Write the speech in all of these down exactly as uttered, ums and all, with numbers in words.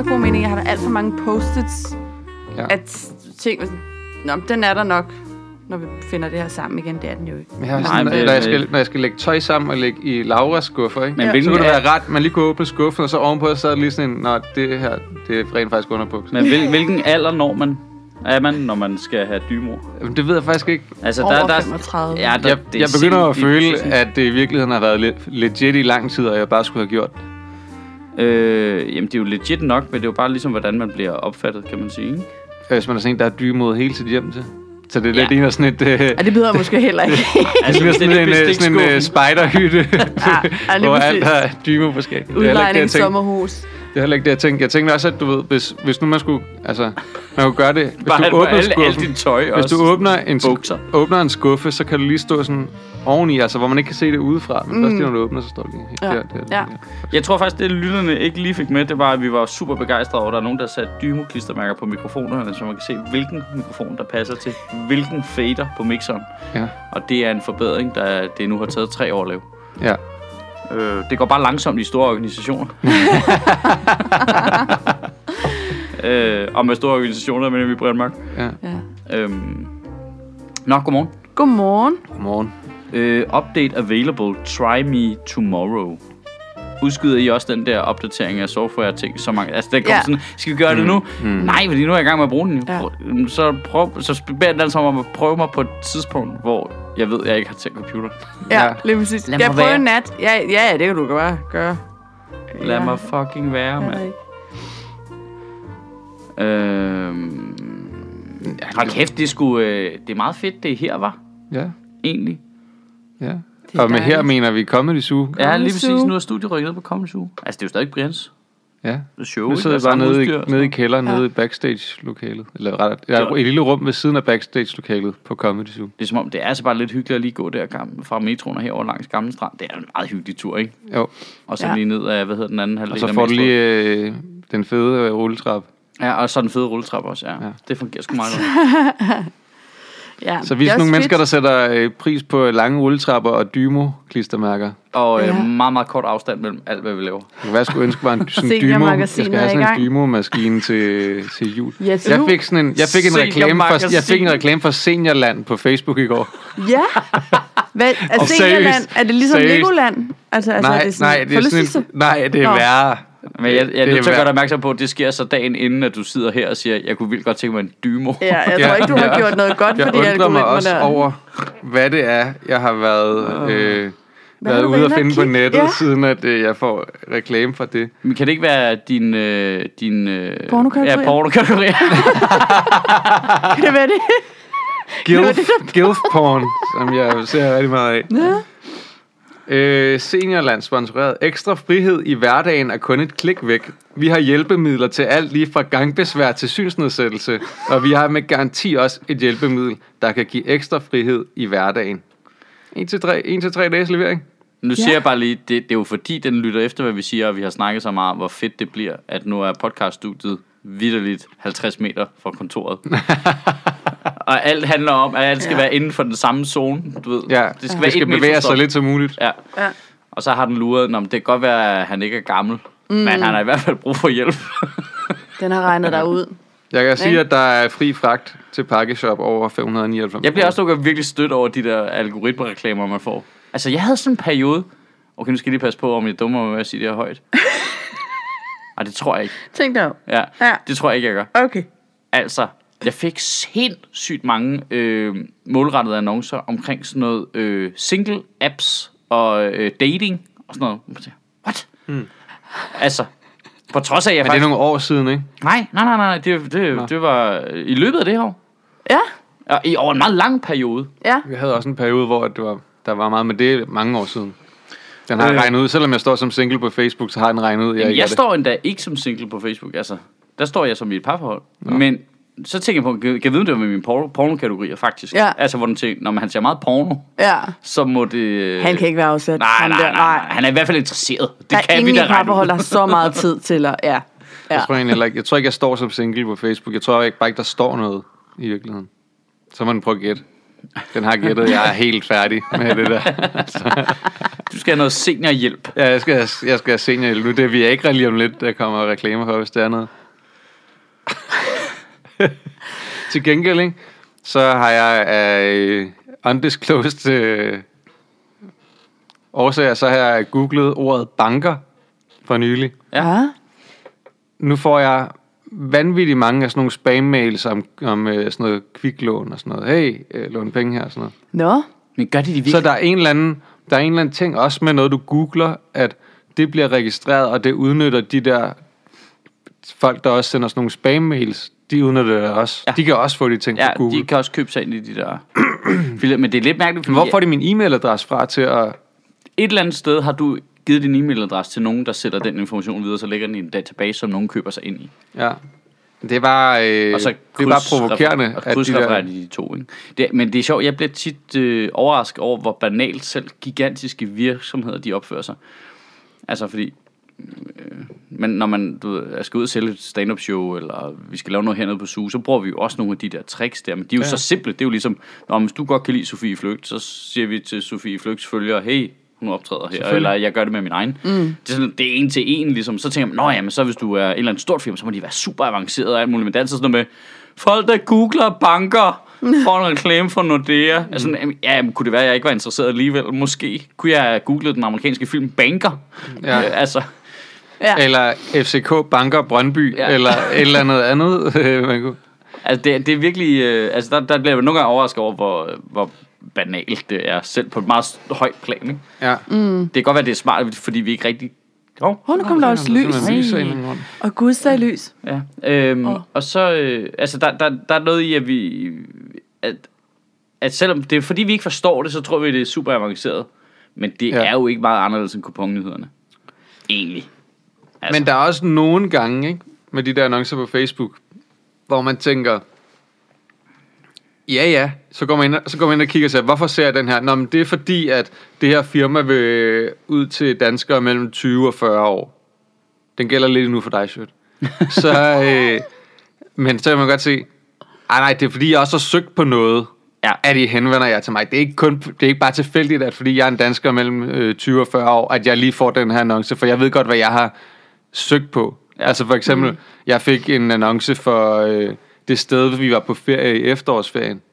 så god mening. Jeg har da alt for mange post-its, ja. At ting, nå, den er der nok, når vi finder det her sammen igen. Det er den jo ikke. Jeg har sådan, Nej, når, jeg skal, når jeg skal lægge tøj sammen og lægge i Lauras skuffer, ikke? Men ja. Så kunne det være ret, man lige kunne åbne skuffen, og så ovenpå, så er det lige sådan en, nå, det her, det er rent faktisk underbukser. Men hvil, hvilken alder når man? Er man, når man skal have dymo? Jamen, det ved jeg faktisk ikke. Altså, over der, der, femogtredive. Ja, der, jeg, jeg begynder at føle, at det i virkeligheden har været legit i lang tid, og jeg bare skulle have gjort det. Øh, jamen, det er jo legit nok, men det er jo bare ligesom, hvordan man bliver opfattet, kan man sige, ikke? Hvis man er sådan en, der er dymoet hele sit hjem til. Så det, ja. Det ligner sådan et... Uh, ja, det bedre måske heller ikke. altså, det ligner sådan en, sådan en uh, spejderhytte, ja, hvor alt har dymo forskelligt. Udlejning, sommerhus. Det er heller ikke det, jeg tænkte. Jeg tænkte også, at du ved, hvis, hvis nu man skulle... Altså, man kunne gøre det... Hvis bare du åbner alle, alle dit tøj Hvis også, du åbner en, åbner en skuffe, så kan du lige stå sådan oveni, altså hvor man ikke kan se det udefra. Men mm. først, når du åbner, så står det lige helt ja. der, der, der, ja. der. Jeg tror faktisk, det lytterne ikke lige fik med, det var, at vi var super begejstrede over, at der er nogen, der satte dymo-klistermærker på mikrofonerne, så man kan se, hvilken mikrofon, der passer til hvilken fader på mixeren. Ja. Og det er en forbedring, der det nu har taget tre år at lave. Ja. Øh, det går bare langsomt i store organisationer. øh, og med store organisationer, mener vi Brian Mørk. Ja. ja. Øhm. Nå, godmorgen. Godmorgen. Godmorgen. Øh, update available. Try me tomorrow. Udskyder I også den der opdatering af software ting så mange? Altså, det kommer ja. Sådan, skal vi gøre det nu? Mm. Nej, fordi nu er jeg i gang med at bruge den. Ja. Så, prøv, så beder jeg den altså om at prøve mig på et tidspunkt, hvor jeg ved, at jeg ikke har tændt computer. Ja, ja. Lige præcis. Lad jeg prøver en nat. Ja, ja, det kan du bare gøre. Lad ja. mig fucking være, mand. Øhm... Hold kæft, det, skulle, øh, det er meget fedt, det her var. Ja. Egentlig. Ja. Og med her mener vi Comedy Zoo. Ja, lige præcis. Nu er studiet rykket ned på Comedy Zoo. Altså, det er jo stadig Brians. Ja. Det show, nu sidder jeg bare nede, i, nede i kælderen, ja. Nede i backstage-lokalet. Eller ret, der er et lille rum ved siden af backstage-lokalet på Comedy Zoo. Det er som om, det er altså bare lidt hyggeligt at lige gå der fra metroen og herover langs Gamle Strand. Det er en meget hyggelig tur, ikke? Jo. Og så ja. Lige ned af, hvad hedder den anden halvdel. Og så får du lige øh, den fede øh, rulletrap. Ja, og så den fede rulletrap også, ja. ja. Det fungerer sgu meget godt. Ja, så vi er nogle mennesker, der sætter øh, pris på lange rulletrapper og dymo-klistermærker. Og øh, ja. meget, meget kort afstand mellem alt, hvad vi laver. Hvad skulle ønske var en sådan dymo? Jeg skal have sådan en dymo-maskine til, til jul. Ja, jeg fik sådan en, jeg fik en reklame for, jeg fik en reklame for Seniorland på Facebook i går. Ja. Hvad, er Seniorland, er det ligesom seriøst? Legoland? Altså, altså, nej, er det sådan, nej, det er sådan en, nej, det er Nå. værre. Men jeg, jeg er nødt til at gøre dig opmærksom på, at det sker så dagen inden, at du sidder her og siger, jeg kunne vildt godt tænke mig en dymo. Ja, jeg tror ikke, du har gjort noget godt jeg for de undrer mig også der. Over, hvad det er, jeg har været, øh, været ude at finde på nettet, ja. Siden at øh, jeg får reklame for det. Men kan det ikke være din... Øh, din øh, pornokategorier? Ja, pornokategorier. Kan det være det? Gilf, Gilf porn, som jeg ser rigtig meget af. Ja. Øh, Seniorland sponsoreret. Ekstra frihed i hverdagen er kun et klik væk. Vi har hjælpemidler til alt lige fra gangbesvær til synsnedsættelse. Og vi har med garanti også et hjælpemiddel, der kan give ekstra frihed i hverdagen. En til tre, en til tre dages levering. Nu siger ja. jeg bare lige, det, det er jo fordi, den lytter efter, hvad vi siger, og vi har snakket så meget om, hvor fedt det bliver, at nu er podcaststudiet vitterligt halvtreds meter fra kontoret. Og alt handler om, at alt skal ja. være inden for den samme zone, du ved. Ja, det skal, ja. være det skal bevæge sig lidt så muligt. Ja. ja. Og så har den luret, om det kan godt være, at han ikke er gammel, mm. men han har i hvert fald brug for hjælp. Den har regnet dig ud. Jeg kan sige, at der er fri fragt til Pakkeshop over fem hundrede nioghalvfems. Jeg bliver også nogle virkelig stødt over de der algoritmereklamer, man får. Altså, jeg havde sådan en periode. Okay, nu skal jeg lige passe på, om jeg dummer mig med at sige det her højt. Ej, det tror jeg ikke. Tænk dig. Ja, ja, det tror jeg ikke, jeg gør. Okay. Altså, jeg fik sindssygt mange øh, målrettede annoncer omkring sådan noget øh, single apps og øh, dating og sådan noget. What? Hmm. Altså, på trods af, at jeg Men faktisk... det er nogle år siden, ikke? Nej, nej, nej, nej. Det, det, det var i løbet af det her år. Ja. Og i over en meget lang periode. Ja. Vi havde også en periode, hvor det var, der var meget, men det er mange år siden. Den har øh. regnet ud. Selvom jeg står som single på Facebook, så har den regnet ud. Jeg, jeg, jeg står endda ikke som single på Facebook. Altså, der står jeg som i et parforhold. Ja. Men så tænker jeg på, kan jeg vide, det var med mine porno-kategorier faktisk. Ja. Altså, hvor den tænker, når man ser meget porno, ja. så må det... Han kan ikke være afsat. Nej, nej, nej, nej. Han er i hvert fald interesseret. Det der kan er vi da ingen parforhold, der har så meget tid til at... Ja. Ja. Jeg tror egentlig ikke, jeg tror ikke, jeg står som single på Facebook. Jeg tror ikke bare ikke, der står noget i virkeligheden. Så må den prøve at gætte. Den har gættet, jeg er helt færdig med det der. Så, Du skal have noget seniorhjælp. Ja, jeg skal, jeg skal have seniorhjælp nu. Det vil jeg ikke lige om lidt, der kommer reklamer for, hvis det er noget. Til gengæld, ikke? Så har jeg af uh, undisclosed uh, årsager, så har jeg googlet ordet banker for nylig. Ja. Nu får jeg vanvittigt mange af sådan nogle spam-mails om, om uh, sådan noget kviklån og sådan noget. Hey, uh, lån penge her og sådan noget. Nå. Men gør de det virkelig? Så der er en eller anden, der er en eller anden ting, også med noget, du googler, at det bliver registreret, og det udnytter de der folk, der også sender sådan nogle spam-mails. De udnytter det også. Ja. De kan også få de ting ja, på Google. Ja, de kan også købe sig ind i de der men det er lidt mærkeligt. Hvor får de min e-mailadresse fra til at... Et eller andet sted har du givet din e-mailadresse til nogen, der sætter den information videre, så lægger den i en database, som nogen køber sig ind i. Ja. Det var, øh, og så det var provokerende. Og krydsrefererer de, de to, ikke? Det, men det er sjovt, jeg bliver tit øh, overrasket over, hvor banalt selv gigantiske virksomheder, de opfører sig. Altså fordi... Men når man du ved, skal ud og sælge et stand-up show, eller vi skal lave noget hernede på Zoo, så bruger vi jo også nogle af de der tricks der. Men de er jo ja. så simple. Det er jo ligesom, om hvis du godt kan lide Sofie Flygt, så siger vi til Sofie Flygts følgere, hey, hun optræder her, eller jeg gør det med min egen. Mm. Det er sådan, det er en til en, ligesom. Så tænker man, nå ja, men så hvis du er en eller anden stort firma, så må de være super avanceret og alt muligt. Men det er altid sådan noget med, folk der googler banker, får en reklame for Nordea. Mm. Altså, ja, kunne det være, at jeg ikke var interesseret alligevel? Måske kunne jeg google den amerikanske film Banker. Ja. Øh, altså... Ja. Eller F C K Banker Brøndby, ja. Eller et eller andet andet. Man kunne. Altså det, det er virkelig, øh, altså der, der bliver jeg nogle gange overrasket over, hvor, hvor banalt det er, selv på et meget højt plan, ikke? Ja. Mm. Det kan godt være, det er smart, fordi vi ikke rigtig... Åh, oh, nu kommer der også lys. Og Gud sagde lys. Ja, øhm, oh. og så, øh, altså der, der, der er noget i, at vi, at, at selvom det er fordi, vi ikke forstår det, så tror vi, det er super avanceret. Men det ja. er jo ikke meget anderledes end kuponnyhederne. Egentlig. Altså. Men der er også nogle gange, ikke, med de der annoncer på Facebook, hvor man tænker, ja ja, så går man ind, så går man ind og kigger og siger, hvorfor ser jeg den her? Nå, men det er fordi, at det her firma vil ud til danskere mellem tyve og fyrre år. Den gælder lidt nu for dig, Sjøt. Så, øh, men så kan man godt se, ej nej, det er fordi, jeg også har søgt på noget, ja. At I henvender jer til mig. Det er ikke, kun, det er ikke bare tilfældigt, at fordi jeg er en dansker mellem øh, tyve og fyrre år, at jeg lige får den her annonce, for jeg ved godt, hvad jeg har søgt på. Ja. Altså for eksempel, mm. jeg fik en annonce for øh, det sted, vi var på ferie i efterårsferien.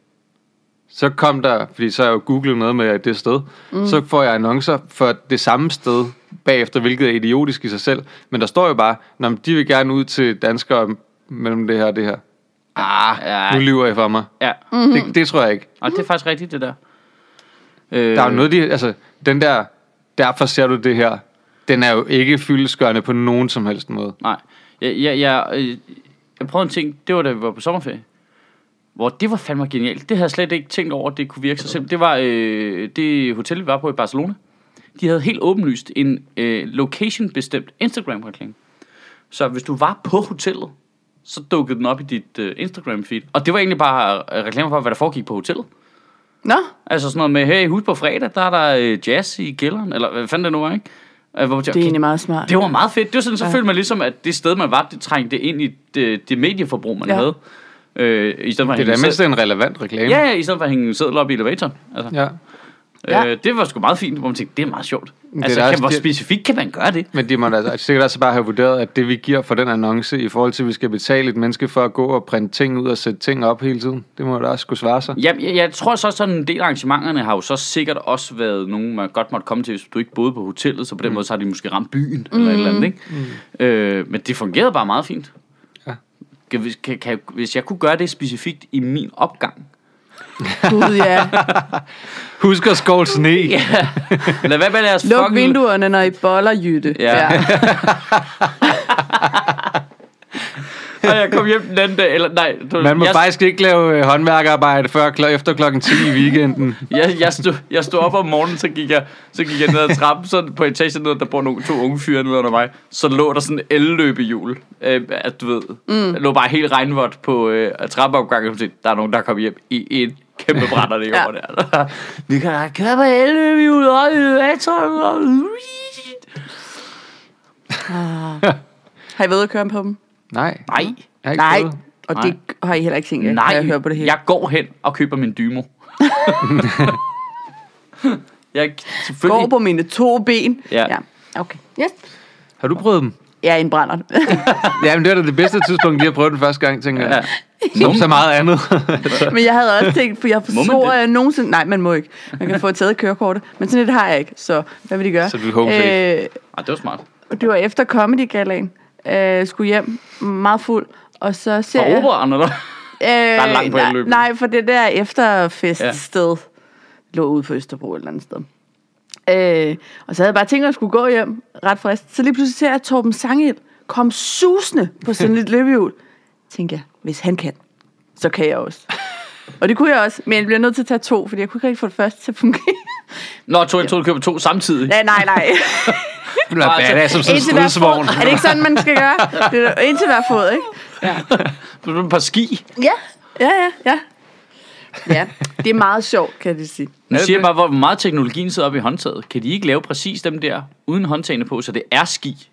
Så kom der, fordi så har jeg jo googlet noget med det sted, mm. så får jeg annoncer for det samme sted bagefter, hvilket er idiotisk i sig selv. Men der står jo bare, når de vil gerne ud til danskere mellem det her og det her. Ah, ja. Nu lyver jeg for mig. Ja. Mm-hmm. Det, det tror jeg ikke. Og det er faktisk rigtigt, det der. Øh... Der er jo noget, de, altså, den der, derfor ser du det her, den er jo ikke fyldestgørende på nogen som helst måde. Nej. Jeg, jeg, jeg, jeg prøvede en ting, det var da vi var på sommerferie, hvor det var fandme genialt. Det havde jeg slet ikke tænkt over, at det kunne virke så simpelt. Det var øh, det hotel, vi var på i Barcelona. De havde helt åbenlyst en øh, location-bestemt Instagram-reklame. Så hvis du var på hotellet, så dukkede den op i dit øh, Instagram-feed. Og det var egentlig bare øh, reklamer for, hvad der foregik på hotellet. Nå? Altså sådan noget med, hey, husk på fredag, der er der øh, jazz i kælderen. Eller hvad fanden det nu var, ikke? Hvor, det er okay, egentlig meget smart. Det var meget fedt. Det var sådan, så ja. følte man ligesom, at det sted, man var, det trængte ind i det, det medieforbrug, man ja. havde. Øh, i stedet for det er da mindst en relevant reklame. Ja, ja, i stedet for at hænge en seddel op i elevatoren. Altså. Ja. Øh, det var sgu meget fint, hvor man tænkte, det er meget sjovt. Altså, kan, hvor specifikt kan man gøre det? Men de må da sikkert også bare have vurderet, at det vi giver for den annonce, i forhold til, at vi skal betale et menneske for at gå og printe ting ud og sætte ting op hele tiden, det må da også skulle svare sig. Ja, jeg, jeg tror så, sådan en del af arrangementerne har jo så sikkert også været nogen, man godt måtte komme til, hvis du ikke boede på hotellet, så på den mm. måde så har de måske ramt byen, mm. eller et eller andet, ikke? Mm. Øh, men det fungerede bare meget fint. Ja. Kan, kan, kan, hvis jeg kunne gøre det specifikt i min opgang, Gud, ja. Husk at skåle sne. Ja. Lad være med deres Luk fucking... vinduerne, når I boller, Jytte. Ja. Ja. Og jeg kom hjem den anden dag, eller nej. Du, Man må jeg, faktisk ikke lave håndværkerarbejde før kl- efter klokken ti i weekenden. jeg, jeg, stod, jeg stod op om morgenen, så gik jeg, så gik jeg ned ad trappen, så på etagen ned, der bor nogle, to unge fyre nede under mig, så lå der sådan en elløbehjul, øh, at du ved, mm. lå bare helt regnvådt på øh, trappeopgangen, og der er nogen, der kom hjem i en kæmpe brænder det over der. Vi kan da køre på elløbehjul, og har I været at køre på dem? Nej. Nej. Nej. Og det har I heller ikke tænkt, Nej, jeg hører på det hele. Jeg går hen og køber min Dymo. jeg, Jeg selvfølgelig... Går på mine to ben. Ja. ja. Okay. Yes. Har du prøvet dem? Jeg er en brænder. Ja, men det er da det bedste tidspunkt, lige at prøve den første gang, tænker jeg. Ja. Som så meget andet. Men jeg havde også tænkt, for jeg forstår, at jeg nogensinde... Nej, man må ikke. Man kan få taget kørekortet. Men sådan et har jeg ikke, så hvad vil de gøre? Så du er home safe. Øh, ah, det var smart. Det var efter Comedy Galaen. Øh, skulle hjem, meget fuld. Og så ser jeg... For operaen, eller? Øh, der er langt på indløbet. Nej, for det der efterfeststed ja. lå ude på Østerbro et eller andet sted. Øh, og så havde jeg bare tænkt, at jeg skulle gå hjem ret frisk. Så lige pludselig ser jeg, at Torben Sangild kom susende på sådan et løbehjul. Tænkte jeg, hvis han kan, så kan jeg også. Og det kunne jeg også, men jeg bliver nødt til at tage to, fordi jeg kunne ikke rigtig få det første til at fungere. Nå, jeg tror, jeg tror, du køber to samtidig. Ja, nej, nej. Du er badass som sådan en stridsvogn. Er det ikke sådan, man skal gøre? Det er en til hver fod, ikke? Ja. Du er et par ski. Ja, ja, ja, ja. Ja, det er meget sjovt, kan jeg sige. Nu siger jeg bare, hvor meget teknologien sidder oppe i håndtaget. Kan de ikke lave præcis dem der, uden håndtagene på, så det er ski?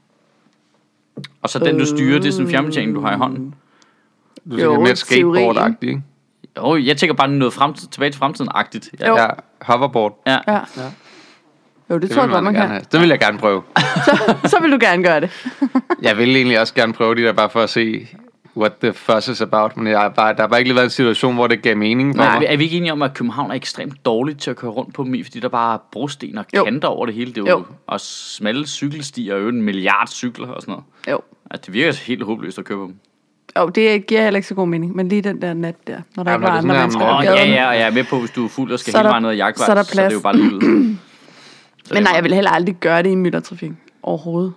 Og så den, du styrer, det er sådan en fjernbetjening, du har i hånden. Du tænker mere skateboard-agtigt, ikke? Jo, jeg tænker bare noget fremtid, tilbage til fremtiden-agtigt. Ja, ja, hoverboard. Ja. ja. ja. Jo, det, det tror jeg godt, man kan. Have. Det vil jeg gerne prøve. så, så vil du gerne gøre det. Jeg vil egentlig også gerne prøve de der, bare for at se, what the fuss is about. Men jeg er bare, der har bare ikke lige været en situation, hvor det gav mening for Nej, mig. Er vi ikke enige om, at København er ekstremt dårligt til at køre rundt på dem i, fordi der bare er brosten og kanter over det hele. Det er jo, jo. Og smalle cykelstier og jo en milliard cykler og sådan noget. Jo. Altså, det virker helt håbløst at køre på dem. Jo, det giver heller ikke så god mening. Men lige den der nat der, når der ja, ikke var andre mennesker. Åh, ja, ja, og jeg er med på, hvis du er fuld og skal hele vejen ned ad jagtvej, så, så er det jo bare livet. Men nej, jeg vil heller aldrig gøre det i myldretrafik overhovedet.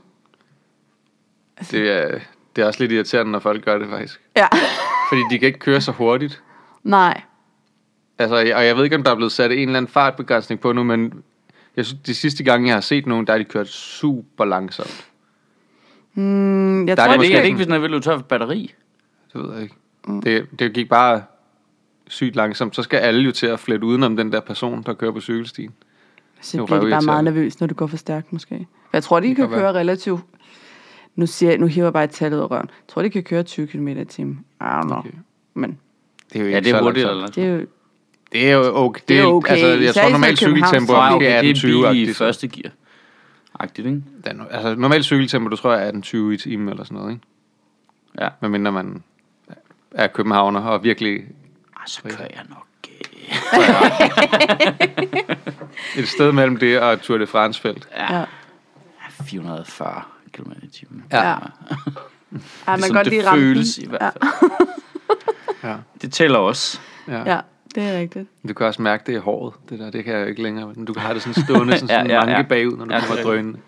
Altså. Det, er, det er også lidt irriterende, når folk gør det faktisk. Ja. Fordi de kan ikke køre så hurtigt. Nej. Altså, og jeg ved ikke, om der er blevet sat en eller anden fartbegrænsning på nu, men jeg synes, de sidste gange, jeg har set nogen, der er de kørt super langsomt. Mm, jeg der tror, er det, det ikke, ikke, hvis den er ved at løbe tør for batteri. Det ved jeg ikke. Mm. Det, det gik bare sygt langsomt. Så skal alle jo til at flette udenom den der person, der kører på cykelstien. Så bliver de bare meget nervøs, når det går for stærkt måske. Jeg tror, de kan køre relativt... Nu, siger jeg, nu hiver jeg bare et tal ud af røven. Jeg tror, de kan køre tyve kilometer i timen. I don't know. Okay. Men... Det er jo ikke ja, det er hurtigt, eller? Det er jo... Det er jo okay. Det er okay. Altså, jeg tror, normalt cykeltempo er okay, atten tyve. Det er bil i første gear. Agtigt, ikke? Den, altså, normalt cykeltempo, du tror jeg, er atten tyve i timen eller sådan noget, ikke? Ja. Medmindre man er københavner og virkelig... Ej, så kører jeg nok. Et sted mellem det og Tour de France-felt. Ja. fire hundrede og fyrre kilometer i timen. Ja. Ja, man kan godt lide rampen. Det føles i hvert fald. Ja. Det tæller også. Ja. Ja, det er rigtigt. Du kan også mærke det i håret. Det der, det kan jeg jo ikke længere. Du kan have det sådan stående, sådan, sådan ja, ja, ja. Manke bagud, når du ja, kommer drønende.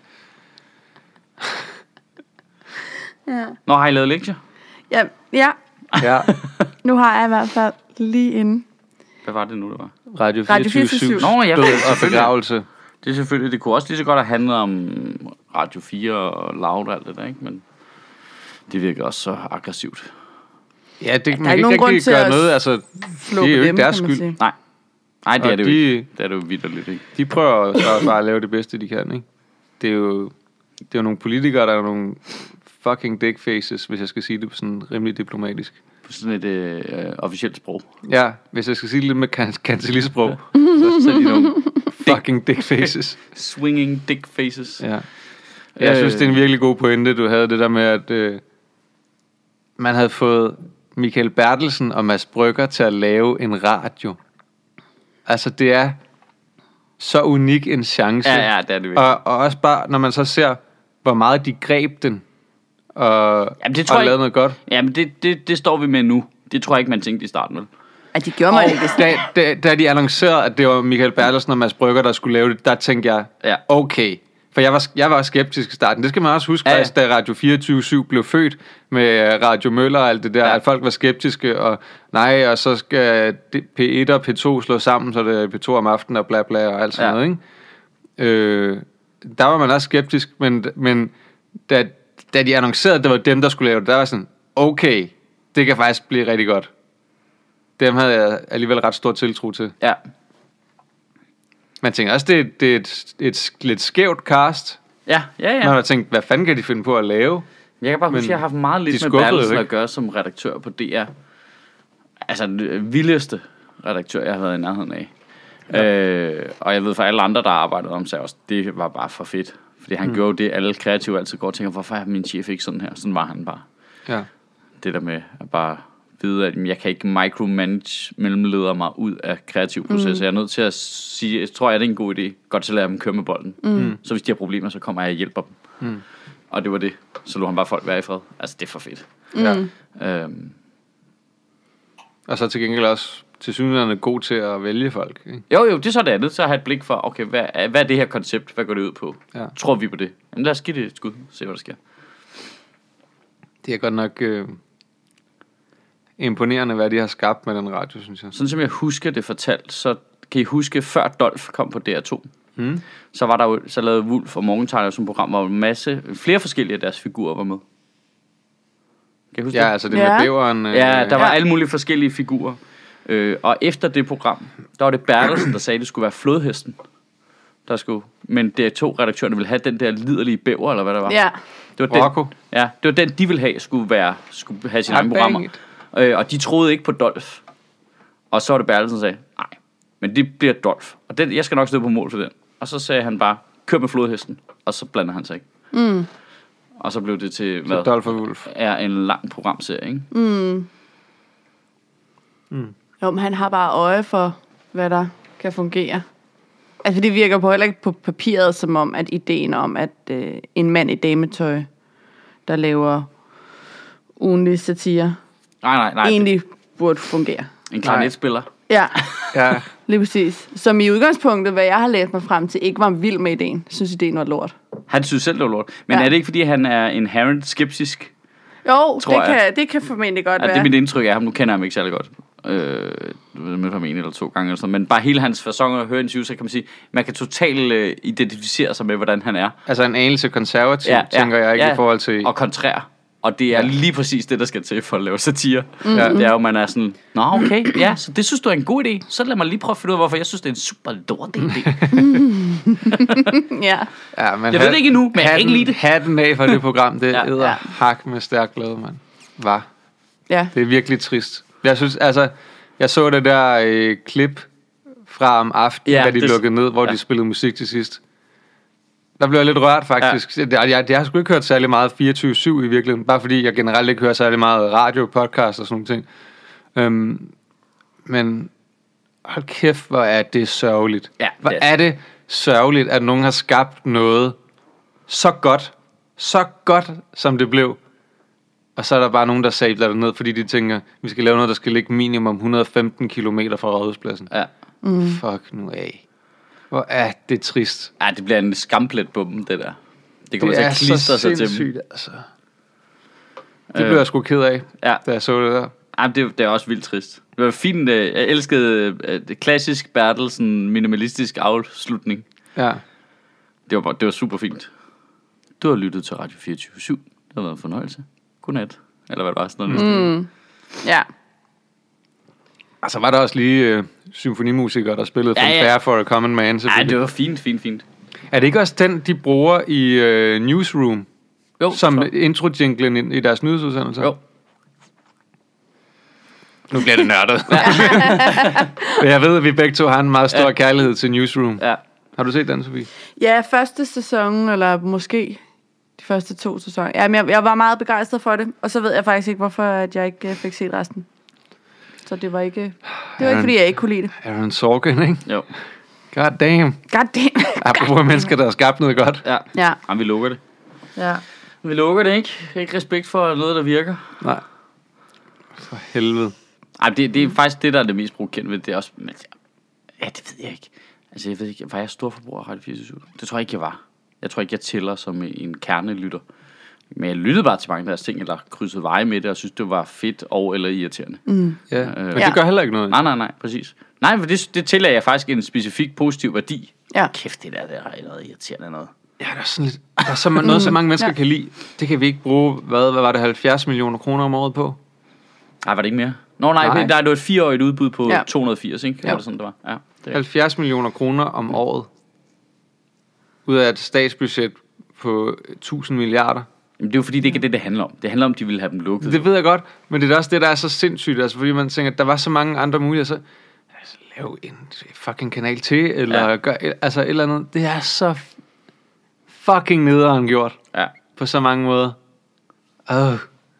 Ja. Nå, har I lavet lektier? Ja, ja. Ja. Nu har jeg i hvert fald lige inden. Hvad var det nu, det var? Radio fireogtyve syv. Nå, ja, død og begravelse. Det er selvfølgelig, det kunne også lige så godt have handlet om Radio fire og Loud og alt det der, ikke? Men det virker også så aggressivt. Ja, det, man kan ikke rigtig gøre noget, altså, det er jo ikke deres skyld. Nej, Nej, det er det jo de, ikke. Det er det jo vitterligt ikke. De prøver så bare at lave det bedste, de kan, ikke? Det er jo, det er jo nogle politikere, der er nogle fucking dick faces, hvis jeg skal sige det på sådan rimelig diplomatisk. På sådan et øh, officielt sprog. Ja, hvis jeg skal sige det lidt med kan- kancelisprog, så, så er de nogle fucking dick faces. Swinging dick faces. Ja. Jeg synes, det er en virkelig god pointe, du havde det der med, at øh, man havde fået Michael Bertelsen og Mads Brygger til at lave en radio. Altså, det er så unik en chance. Ja, ja, det er det virkelig. Og, og også bare, når man så ser, hvor meget de greb den, og, jamen, det tror og jeg, lavede noget godt. Jamen, det, det, det står vi med nu. Det tror jeg ikke, man tænkte i starten, vel? At de gjorde mig ikke. Da, da, da de annoncerede, at det var Michael Bertelsen og Mads Brygger, der skulle lave det, der tænkte jeg, ja. okay. For jeg var, jeg var skeptisk i starten. Det skal man også huske, ja, ja. Faktisk, da Radio fireogtyve syv blev født med Radio Møller og alt det der, ja. At folk var skeptiske, og nej, og så skal P et og P to slå sammen, så det er P to om aftenen og bla bla og alt sådan ja. Noget, ikke? Øh, der var man også skeptisk, men, men da, da de annoncerede, at det var dem, der skulle lave det, der var sådan, okay, det kan faktisk blive rigtig godt. Dem havde jeg alligevel ret stor tiltro til. Ja. Man tænker også, det er, det er et, et lidt skævt cast. Ja, ja, ja. Man har tænkt, hvad fanden kan de finde på at lave? Jeg kan bare huske, at jeg har haft meget lidt med Bertelsen at gøre som redaktør på D R. Altså den vildeste redaktør, jeg har været i nærheden af. Ja. Øh, og jeg ved for alle andre, der arbejdede om sig også, det var bare for fedt. Fordi han mm. gjorde det, alle kreative altid går og tænker, hvorfor er min chef ikke sådan her? Sådan var han bare. Ja. Det der med at bare vide, at jeg kan ikke micromanage mellemledere mig ud af kreativ proces. Mm. Jeg er nødt til at sige, jeg tror, at det er en god idé. Godt til at lade dem køre med bolden. Mm. Så hvis de har problemer, så kommer jeg og hjælper dem. Mm. Og det var det. Så lå han bare folk være i fred. Altså, det er for fedt. Mm. Ja. Øhm. Og så til gengæld også til synligheden god til at vælge folk, ikke? Jo, jo, det er så det andet. Så har jeg et blik for, okay, hvad, hvad er det her koncept? Hvad går det ud på? Ja. Tror vi på det? Jamen lad os give det et skud. Se, hvad der sker. Det er godt nok øh, imponerende, hvad de har skabt med den radio, synes jeg. Sådan som jeg husker det fortalt, så kan I huske, før Dolph kom på D R to, hmm. så var der jo, så lavede Wulff og Morgenthaler som program, hvor en masse, flere forskellige af deres figurer var med. Kan I huske ja, det? altså det ja. med bæveren. Øh, ja, der var ja. alle mulige forskellige figurer. Øh, og efter det program, der var det Bertelsen, der sagde, at det skulle være flodhesten. Der skulle, men D R to-redaktørerne ville have den der liderlige bæver, eller hvad der var. Ja. Det var den, ja, det var den, de ville have, skulle, være, skulle have sine egne programmer. Øh, og de troede ikke på Dolph. Og så var det Bertelsen, der sagde, nej, men det bliver Dolph. Og den, jeg skal nok stå på mål for den. Og så sagde han bare, kør med flodhesten. Og så blander han sig ikke. Mm. Og så blev det til, hvad? Dolph og Wulff. Er en lang programserie, ikke? Mm. Mm. Jo, men han har bare øje for, hvad der kan fungere. Altså, det virker på heller ikke på papiret, som om, at ideen om, at øh, en mand i dametøj, der laver ugenlige satire, nej, nej, nej, egentlig det... burde fungere. En klarinetspiller. Ja, ja, lige præcis. Som i udgangspunktet, hvad jeg har læst mig frem til, ikke var vild med ideen. Jeg synes, ideen var lort. Han synes selv, det var lort. Men ja. Er det ikke, fordi han er inherent skeptisk? Jo, det kan, det kan formentlig godt ja, være. Det er mit indtryk af ham. Nu kender jeg ham ikke særlig godt. Øh, jeg har mødt ham en eller to gange eller sådan. Men bare hele hans facon at høre interviews, så kan man sige, man kan totalt uh, identificere sig med, hvordan han er. Altså en anelse konservativ, ja, tænker ja, jeg ikke ja, i forhold til... og kontrær. Og det er ja. lige præcis det, der skal til for at lave satire. Mm-hmm. Ja. Det er jo, man er sådan, nå okay, ja, så det synes du er en god idé. Så lad mig lige prøve at finde ud af, hvorfor jeg synes, det er en super dårlig idé. ja. ja men jeg hat, ved det ikke endnu, men hatten, jeg kan ikke lide det. Hatten af for det program, det ja. æder ja. hak med stærk glæde, mand. Var. Ja. Det er virkelig trist. Jeg synes, altså, jeg så det der øh, klip fra om aftenen, ja, da de det, lukkede ned, hvor ja. de spillede musik til sidst. Der blev jeg lidt rørt, faktisk. Ja. Jeg, jeg, jeg har sgu ikke hørt særlig meget fireogtyve syv i virkeligheden, bare fordi jeg generelt ikke hører særlig meget radio, podcast og sådan nogle ting. Øhm, men hold kæft, hvor er det sørgeligt. Ja, hvor er det sørgeligt, at nogen har skabt noget så godt, så godt, som det blev. Og så er der bare nogen, der sabler det ned, fordi de tænker, vi skal lave noget, der skal ligge minimum et hundrede og femten kilometer fra Rådhuspladsen. Ja. Mm. Fuck nu af. Hvor er det trist. Ja, det bliver en skamplet på dem, det der. Det kommer det til at klistre sig til dem. Altså. Det blev jeg sgu ked af, ja. da jeg så det der. Ja, det, det er også vildt trist. Det var fint. Jeg elskede det klassisk Bertelsen minimalistisk afslutning. Ja. Det var, det var super fint. Du har lyttet til Radio fireogtyve syv. Det har været en fornøjelse. Godnat. Eller hvad det var, sådan noget. Mm. Ja. Altså var der også lige øh, symfonimusikere, der spillede ja, ja. Fair for a Common Man. Ja, det var fint, fint, fint. Er det ikke også den, de bruger i øh, Newsroom? Jo. Som intro-jinglen i deres nyhedsudsendelse? Jo. Nu bliver det nørdet. Jeg ved, at vi begge to har en meget stor ja. kærlighed til Newsroom. Ja. Har du set den, Sofie? Ja, første sæson, eller måske de første to sæsoner. Ja, men jeg, jeg var meget begejstret for det, og så ved jeg faktisk ikke, hvorfor at jeg ikke fik set resten. Så det var ikke, det var ikke fordi jeg ikke kunne lide det. Aaron Sorkin, ikke? Jo. God damn. God damn. Apropos mennesker, der har skabt noget godt. Ja. Ja. Jamen, vi lukker det. Ja. Vi lukker det, ikke? Ikke respekt for noget, der virker. Nej. For helvede. Ej, det, det er faktisk det, der er det mest provokerende ved det. Er også, men, ja, det ved jeg ikke. Altså, jeg ved ikke, var jeg stor forbruger af Radio fireogtyve syv? Det tror jeg ikke, jeg var. Jeg tror ikke, jeg tæller som en kernelytter. Men jeg lyttede bare til mange af deres ting, eller krydsede veje med det, og synes, det var fedt og eller irriterende. Mm. Ja, øh, men det gør heller ikke noget. Nej, nej, nej, præcis. Nej, for det, det tæller jeg faktisk en specifik positiv værdi. Ja. Kæft, det der, der er noget irriterende noget. Ja, der er sådan lidt, der er så noget, så mange mennesker ja. kan lide. Det kan vi ikke bruge, hvad, hvad var det, halvfjerds millioner kroner om året på? Nej, var det ikke mere? Nå, nej, nej. Der er jo et fireårigt udbud på ja. to hundrede og firs, ikke? Ja. Var det sådan, det var? Ja, det halvfjerds millioner kroner om ja. året. Ud af et statsbudget på tusind milliarder. Men det er jo fordi, det ikke er det, det handler om. Det handler om, de ville have dem lukket. Det ved jeg godt, men det er også det, der er så sindssygt. Altså, fordi man tænker, at der var så mange andre muligheder, så lav en fucking kanal til, eller Ja. gør, altså et eller andet. Det er så fucking nederen gjort. Ja. På så mange måder. Åh.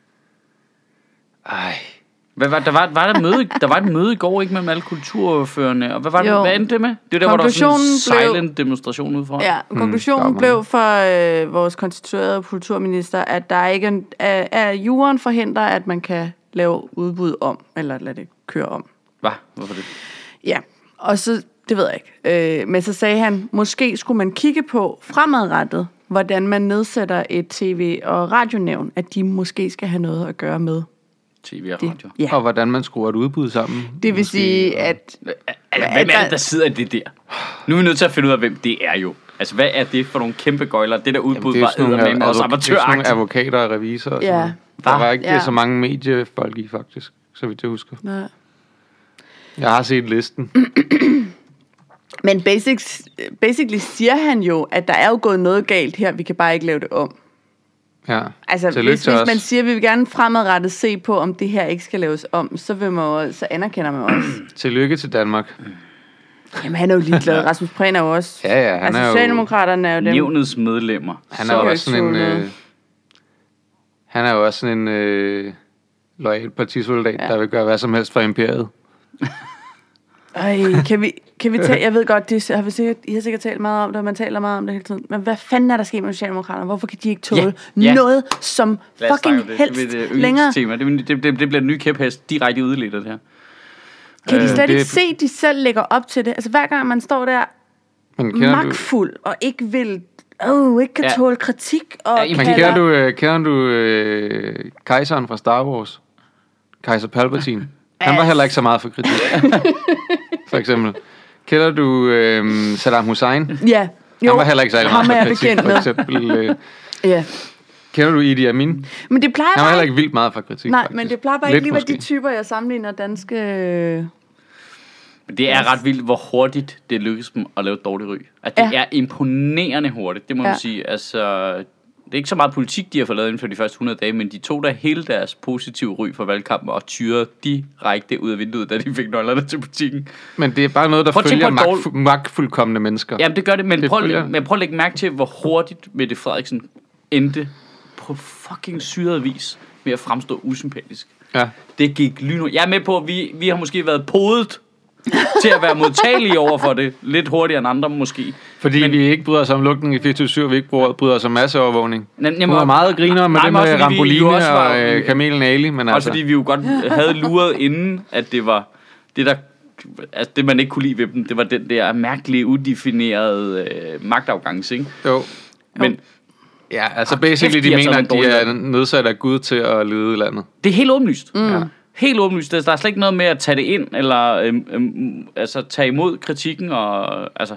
Ej. Hvad var, der, var, var der, møde, der var et møde i går, ikke, mellem alle kulturførende, og hvad var det, Jo. hvad endte det med? Det var der, hvor der var sådan en Konklusionen silent demonstration udefra. Ja, konklusionen Mm, blev for øh, vores konstituerede kulturminister, at der ikke er, er, er jorden forhindrer, at man kan lave udbud om, eller lade det køre om. Hvad? Hvorfor det? Ja, og så, det ved jeg ikke. Øh, men så sagde han, måske skulle man kigge på fremadrettet, hvordan man nedsætter et tv- og radionævn, at de måske skal have noget at gøre med T V og det. radio. Ja. Og hvordan man skruer et udbud sammen. Det vil måske, sige, og- at... Altså, hvem er det, der sidder i det der? Nu er vi nødt til at finde ud af, hvem det er jo. Altså, hvad er det for nogle kæmpe gøjler? Det der udbud Jamen, var sådan nogle eddermame også advok- det er sådan nogle amatøragtigt. advokater og revisorer. Og Ja. sådan noget. Der var ikke Ja. så mange mediefolk i, faktisk. Så vidt jeg husker. Nej. Jeg har set listen. Men basics, basically siger han jo, at der er jo gået noget galt her, vi kan bare ikke lave det om. Ja. Altså, Tillykke hvis, til hvis os. man siger, at vi vil gerne fremadrettet se på, om det her ikke skal laves om, så, vil man jo, så anerkender man også. Tillykke til Danmark. Jamen, han er jo ligeglad. Rasmus Prehn er jo også... Ja, ja, han altså, er jo- Socialdemokraterne er jo dem. Nævnets medlemmer. Han Så er jo kan også sådan en... jeg ikke Øh, han er jo også sådan en øh, loyal partisoldat, Ja. ja. der vil gøre hvad som helst for imperiet. Ej, kan vi, kan vi tage... Jeg ved godt, det har vi sikkert, I har sikkert talt meget om det, og man taler meget om det hele tiden. Men hvad fanden er der sket med Socialdemokraterne? Hvorfor kan de ikke tåle Ja, ja. noget som Lad os snakke fucking om det. helst Det bliver det længere? tema. Det, det, det, det bliver den nye kæphest direkte udledt af det her. Kan de Øh, slet det- ikke se, at de selv lægger op til det? Altså, hver gang man står der Men kender du, magtfuld og ikke vil... Oh, ikke kan Ja. tåle kritik og Ja, men kalder- kender du, øh, kender du øh, kejseren fra Star Wars? Kejser Palpatine. Han var heller ikke så meget for kritik. For eksempel. Kender du øh, Saddam Hussein? Ja, jo, Han var heller ikke særlig ham meget er for jeg kritik, bekendt for med. eksempel. Øh, Ja. kender du Idi Amin? Men det plejer Han var bare heller ikke... ikke vildt meget for kritik, Nej, faktisk. men det plejer bare Lidt ikke lige være de måske. typer, jeg sammenligner danske... øh, Men det er ret vildt, hvor hurtigt det lykkes dem at lave et dårligt ry. At det Ja. er imponerende hurtigt, det må Ja. man sige. Altså, det er ikke så meget politik, de har fået lavet inden for de første hundrede dage, men de tog da hele deres positive ry for valgkampen og tyrede direkte ud af vinduet, da de fik nøglerne til butikken. Men det er bare noget, der Prøv at tænke følger på et magtfu- magtfuldkommende mennesker. Jamen, det gør det, men Det prøv, følger- men prøv at lægge mærke til, hvor hurtigt Mette Frederiksen endte på fucking syret vis med at fremstå usympatisk. Ja. Det gik lyn. Jeg er med på, at vi, vi har måske været podet til at være modtagelige over for det. Lidt hurtigere end andre måske. Fordi Men- men, vi ikke bryder os om lukning i fireogtyve syv, vi ikke bryder, bryder os om masseovervågning. Nem- Hun var meget griner med Nej, det men også med fordi vi Ramboline jo også var- og øh, Kamelen Ali, men Også altså... fordi vi jo godt havde luret inden, at det var det, der, altså det man ikke kunne lide ved dem, det var den der mærkelige, udefinerede øh, magtafgangse, ikke? Jo. Men Ja, altså Hold basically, kæft, de de har mener, taget at de nogle er dårlige nødsat af Gud til at lede landet. det er helt åbenlyst. Mm. Ja. Helt åbenlyst. Der er slet ikke noget med at tage det ind, eller øhm, øhm, altså, tage imod kritikken, og altså,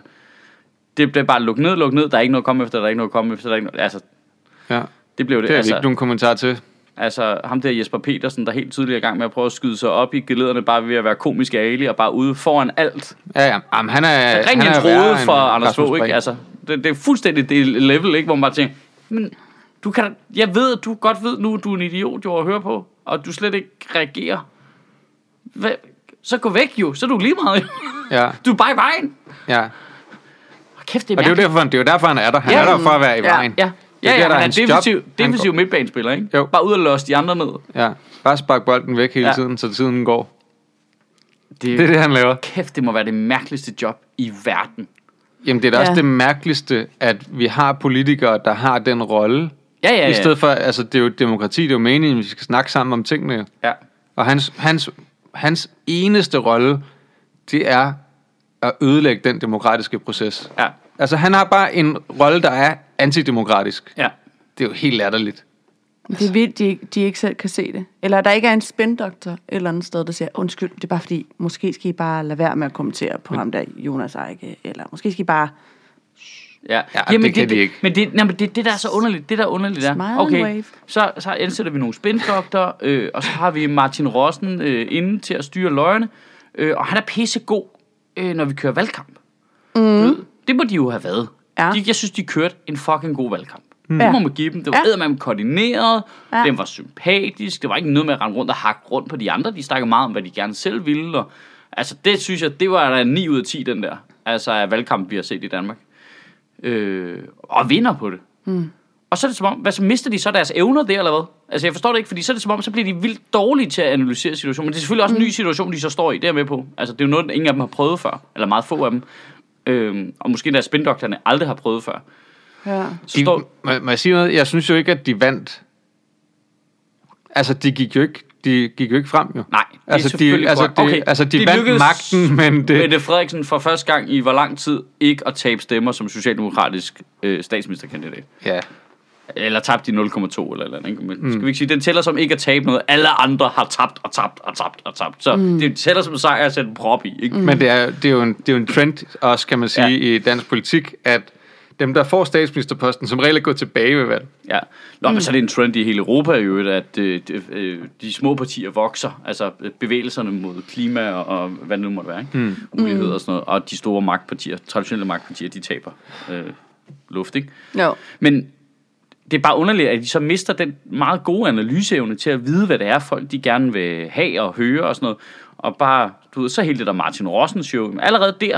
det bliver bare lukket ned, lukket ned, der er ikke noget at komme efter, der er ikke noget at komme efter, der er ikke noget, altså, Ja, det blev det. det har vi altså, ikke nogen kommentar til. altså, ham der Jesper Petersen, der helt tydeligt er i gang med at prøve at skyde sig op i gelederne, bare ved at være komisk Ali, og bare ude foran alt. Ja, ja. Jamen, han er, Ring han en er tråde værre for end Anders Rasmus Fogh, ikke? Prehn. Altså, det, det er fuldstændig det level, ikke? Hvor man bare tænker, men du kan, jeg ved, at du godt ved nu, at du er en idiot jo at høre på, og du slet ikke reagerer. Hvad? Så gå væk jo, så er du lige meget jo. Ja, Du er bare i vejen. ja. Kæft, det er Og det er, jo mærkeligt. derfor, det er jo derfor, han er der. Han Ja. er der for at være i Ja. vejen. Ja, Det ja, er ja, det, der er han er hans defensiv, job. Han defensiv går- midtbanespiller, ikke? Jo. Bare ud og låse de andre ned. Ja, bare spark bolden væk hele Ja. tiden, så tiden går. Det, Det er det, han laver. Kæft, det må være det mærkeligste job i verden. Jamen, det er da Ja. også det mærkeligste, at vi har politikere, der har den rolle. Ja, ja, ja. I stedet for, altså, det er jo demokrati, det er jo meningen, vi skal snakke sammen om tingene. Ja. Og hans, hans, hans eneste rolle, det er at ødelægge den demokratiske proces. Ja. Altså, han har bare en rolle, der er antidemokratisk. Ja. Det er jo helt latterligt. Det er vildt, de, de ikke selv kan se det. Eller der ikke er en spindoktor et eller andet sted, der siger, undskyld, det er bare fordi, måske skal I bare lade være med at kommentere på ham der, Jonas Eike. Eller måske skal I bare... Ja, Ja, det kan de ikke. Men det, nej, men det, det der er så underligt, det der er underligt er, Smile and okay, wave. så, så ansætter vi nogle spindoktorer, øh, og så har vi Martin Rossen øh, inde til at styre løgene, øh, og han er pissegod, øh, når vi kører valgkamp. Mm. Det må de jo have været. Ja. De, jeg synes, de kørte en fucking god valgkamp. Mm. Ja. Det må man give dem. Det var Ja. eddermame koordineret, Ja. den var sympatisk, det var ikke noget med at rende rundt og hakke rundt på de andre, de snakkede meget om, hvad de gerne selv ville, og Altså, det synes jeg, det var da ni ud af ti, den der. Altså, af valgkamp, vi har set i Danmark. Øh, og vinder på det. Mm. Og så er det som om, hvad, så mister de så deres evner der, eller hvad? Altså, jeg forstår det ikke, fordi så er det som om, så bliver de vildt dårlige til at analysere situationen. Men det er selvfølgelig også en ny situation, de så står i, det er med på. Altså, det er jo noget, ingen af dem har prøvet før. Eller meget få af dem. Øh, og måske deres spindoktorerne aldrig har prøvet før. Ja. Så står... de, må, må jeg sige noget? Jeg synes jo ikke, at de vandt. Altså, de gik jo ikke, de gik jo ikke frem, jo. Nej, det altså, er selvfølgelig de, altså, de, okay. altså, de, de vandt lykkedes magten, men det... Mette Frederiksen for første gang i hvor lang tid ikke at tabe stemmer som socialdemokratisk øh, statsministerkandidat. Ja. Eller tabt i nul komma to eller eller andet. Men mm. skal vi ikke sige, den tæller som ikke at tabe noget. Alle andre har tabt og tabt og tabt og tabt. Så mm. det tæller som sejr at sætte en prop i. Ikke? Mm. Men det er, det, er jo en, det er jo en trend også, kan man sige, ja. i dansk politik, at dem, der får statsministerposten, som regel er gået tilbage ved valg. Ja, Nå, mm. men så er det en trend i hele Europa jo, at øh, de, øh, de små partier vokser. Altså bevægelserne mod klima og, og hvad det nu måtte være. Ikke? Mm. Ulighed og sådan noget. Og de store magtpartier, traditionelle magtpartier, de taber øh, luft. Ikke? Jo. Men det er bare underligt, at de så mister den meget gode analyseevne til at vide, hvad det er, folk de gerne vil have og høre og sådan noget. Og bare, du ved, så hele det der Martin Rossen show. Allerede der,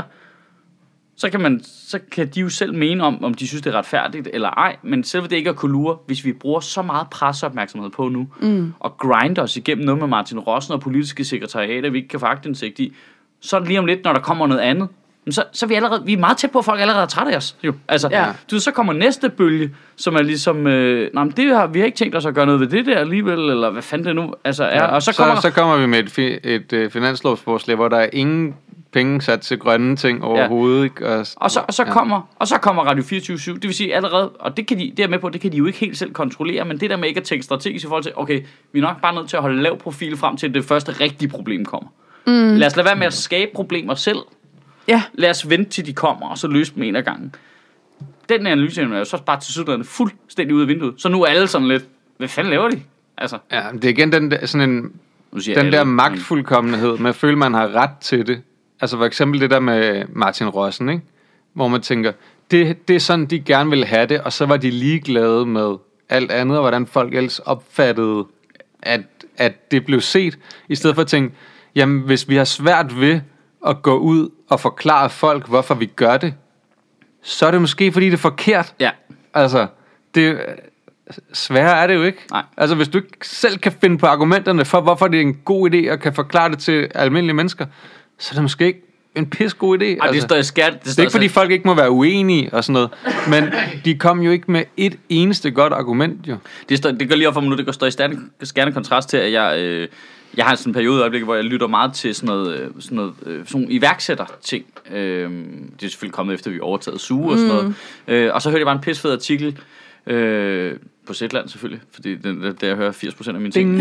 så kan, man, så kan de jo selv mene om, om de synes, det er retfærdigt eller ej. Men selve det ikke at kunne lure, hvis vi bruger så meget presseopmærksomhed på nu, mm. og grinder os igennem noget med Martin Rossen og politiske sekretariater, vi ikke kan få aktindsigt i, så lige om lidt, når der kommer noget andet, så, så er vi allerede, vi er meget tæt på, at folk allerede er trætte af os. Jo. Altså, ja. du ved, så kommer næste bølge, som er ligesom, øh, nej, men det har, vi har ikke tænkt os at gøre noget ved det der alligevel, eller hvad fanden det nu altså er. Ja. Og så, så, kommer, så kommer vi med et, fi, et uh, finanslovsforslag, hvor der er ingen penge sat til grønne ting overhovedet. Ja. Ikke? Og, og, så, og, så ja. kommer, og så kommer Radio fireogtyve syv, det vil sige allerede, og det kan de, det er med på, det kan de jo ikke helt selv kontrollere, men det der med ikke at tænke strategisk i forhold til, okay, vi er nok bare nødt til at holde lav profil frem til, det første rigtige problem kommer. Mm. Lad os lade være med at skabe problemer selv. Ja. Lad os vente til de kommer, og så løse dem en af gangen. Den analyse er jo så bare til sydlandet fuldstændig ude af vinduet. Så nu er alle sådan lidt, hvad fanden laver de? Altså. Ja, det er igen den der, sådan en, den alle, der magtfuldkommenhed med at føle, man har ret til det. Altså for eksempel det der med Martin Rossen, ikke? Hvor man tænker, det, det er sådan, de gerne ville have det, og så var de ligeglade med alt andet, og hvordan folk ellers opfattede, at, at det blev set, i stedet for at tænke, jamen hvis vi har svært ved at gå ud og forklare folk, hvorfor vi gør det, så er det måske, fordi det er forkert. Ja. Altså, det sværere er det jo ikke. Nej. Altså, hvis du ikke selv kan finde på argumenterne for, hvorfor det er en god idé, og kan forklare det til almindelige mennesker, så er det måske ikke en pis god idé. Ej, altså, det, står skært, det, det er ikke, fordi folk ikke må være uenige og sådan noget, men de kom jo ikke med et eneste godt argument, jo. Det, står, det går lige op for mig nu, det går stå i skærende kontrast til, at jeg... Øh, Jeg har sådan en periode i øjeblikket, hvor jeg lytter meget til sådan noget, sådan noget sådan iværksætter-ting. Øhm, det er selvfølgelig kommet efter, vi overtaget Suge og sådan noget. Mm. Øh, og så hørte jeg bare en pissfed artikel, øh, på Zetland selvfølgelig, fordi det er der, jeg hører firs procent af mine ting.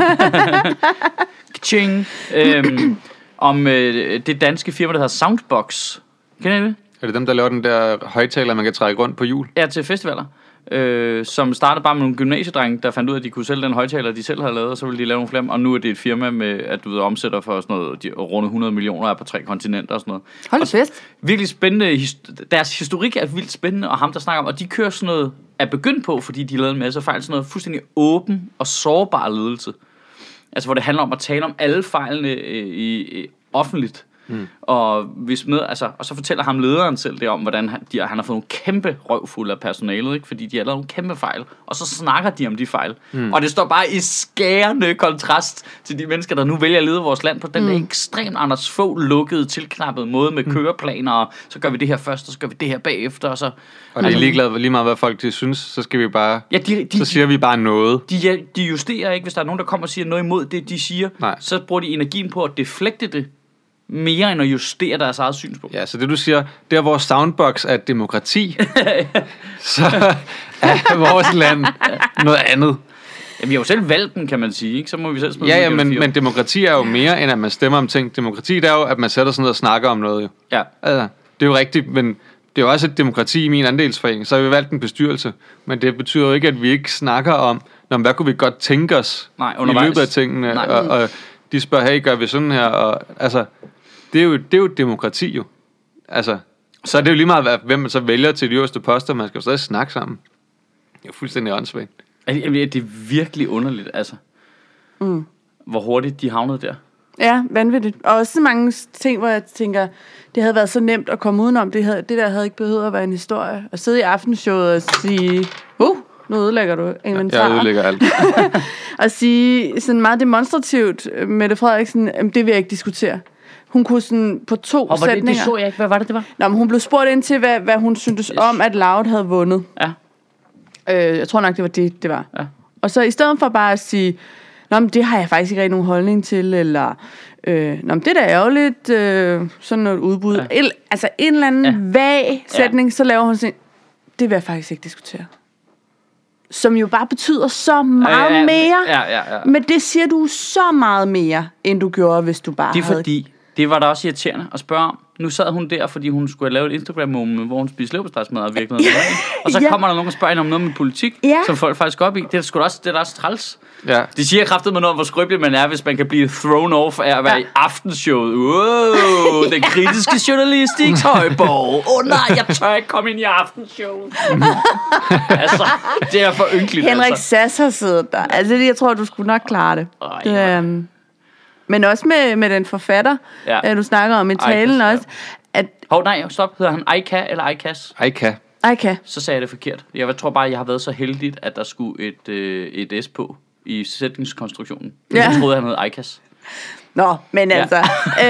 Ka-ching! øhm, om øh, det danske firma, der hedder Soundbox. Kender I det? Er det dem, der laver den der højtaler, man kan trække rundt på hjul? Ja, til festivaler. Øh, som startede bare med nogle gymnasiedrenge, der fandt ud af, at de kunne sælge den højtaler, de selv havde lavet, og så ville de lave nogle flere. Og nu er det et firma med, at du ved, omsætter for sådan noget, de runde hundrede millioner er på tre kontinenter og sådan noget. Hold da fest. Virkelig spændende. Deres historik er vildt spændende, og ham, der snakker om, og de kører sådan noget, er begyndt på, fordi de lavede en masse fejl, sådan noget fuldstændig åben og sårbar ledelse. Altså, hvor det handler om at tale om alle fejlene øh, i, i offentligt. Mm. Og hvis med, altså, og så fortæller ham lederen selv det om, hvordan han, de, han har fået nogle kæmpe røvfulde af personalet, ikke? Fordi de har lavet nogle kæmpe fejl, og så snakker de om de fejl. Mm. Og det står bare i skærende kontrast til de mennesker, der nu vælger at lede vores land på den mm. der ekstremt Anders Fogh lukkede, tilknappede måde med mm. køreplaner, og så gør vi det her først, og så gør vi det her bagefter, og så... Og det er ligeglade lige meget, hvad folk de synes, så skal vi bare... Ja, de, de, så siger vi bare noget. De, de justerer ikke, hvis der er nogen, der kommer og siger noget imod det, de siger. Nej. Så bruger de energien på at deflekte det, mere end at justere deres eget synspunkt. Ja, så det du siger, der hvor Soundbox er et demokrati, så er vores land noget andet. Ja, vi har jo selv valgt den, kan man sige, ikke? Så må vi selv smide. Ja, ja, men, men demokrati er jo mere, end at man stemmer om ting. Demokrati, det er jo, at man sætter sig ned og snakker om noget, jo. Ja. Altså, det er jo rigtigt, men det er jo også et demokrati i min andelsforening. Så har vi valgt en bestyrelse, men det betyder jo ikke, at vi ikke snakker om, når, hvad kunne vi godt tænke os Nej, i løbet af tingene, Nej. og, og de spørger, hey, gør vi sådan her, og altså... Det er, jo, det er jo et demokrati jo. Altså, så er det jo lige meget, hvem man så vælger til de øverste poster. Man skal jo stadig snakke sammen. Det er jo fuldstændig åndssvagt. Det er virkelig underligt, altså. Mm. Hvor hurtigt de havnede der. Ja, vanvittigt. Og også så mange ting, hvor jeg tænker, det havde været så nemt at komme udenom. Det, havde, det der havde ikke behøvet at være en historie. At sidde i aftenshowet og sige, uh, nu ødelægger du inventar. Jeg ødelægger alt. Og sige sådan meget demonstrativt, Mette Frederiksen, det vil jeg ikke diskutere. Hun kunne sådan på to og sætninger... Det, det så jeg ikke. Hvad var det, det var? Nå, men hun blev spurgt ind til, hvad, hvad hun syntes yes. om, at Loud havde vundet. Ja. Øh, jeg tror nok, det var det, det var. Ja. Og så i stedet for bare at sige, nå, men det har jeg faktisk ikke rigtig nogen holdning til, eller, øh, nå, men det der er jo lidt øh, sådan noget udbud. Ja. El, altså en eller anden ja. vag sætning, ja. så laver hun sådan, det vil jeg faktisk ikke diskutere. Som jo bare betyder så meget ja, ja, mere. Ja, ja, ja. Men det siger du så meget mere, end du gjorde, hvis du bare det er havde... fordi, det var da også irriterende at spørge om. Nu sad hun der, fordi hun skulle lave et Instagram-moment, hvor hun spiste leverpostejsmad og virkelig noget. Og så ja. kommer der nogen og spørger hende om noget med politik, ja. som folk faktisk går op i. Det er sgu da også, det er da også træls. Ja. Det siger kraftigt med noget om, hvor skrøbelig man er, hvis man kan blive thrown off af at være ja. i aftenshowet. Wow, den kritiske journalistiks højborg. Åh oh, nej, jeg tør ikke komme ind i aftenshowet. Altså, det er for ynkeligt. Henrik altså. Sass har siddet der. Altså, jeg tror, du skulle nok klare det. Oh, det um, men også med, med den forfatter, ja. du snakker om i talen Aikas, også. Ja. At Hov, nej, stop. Hedder han Aika eller Aikas? Aika. Aika. Så sagde jeg det forkert. Jeg tror bare, jeg har været så heldig, at der skulle et, øh, et S på i sætningskonstruktionen. Ja. Jeg troede, han hed Aikas. Nå, men ja. altså...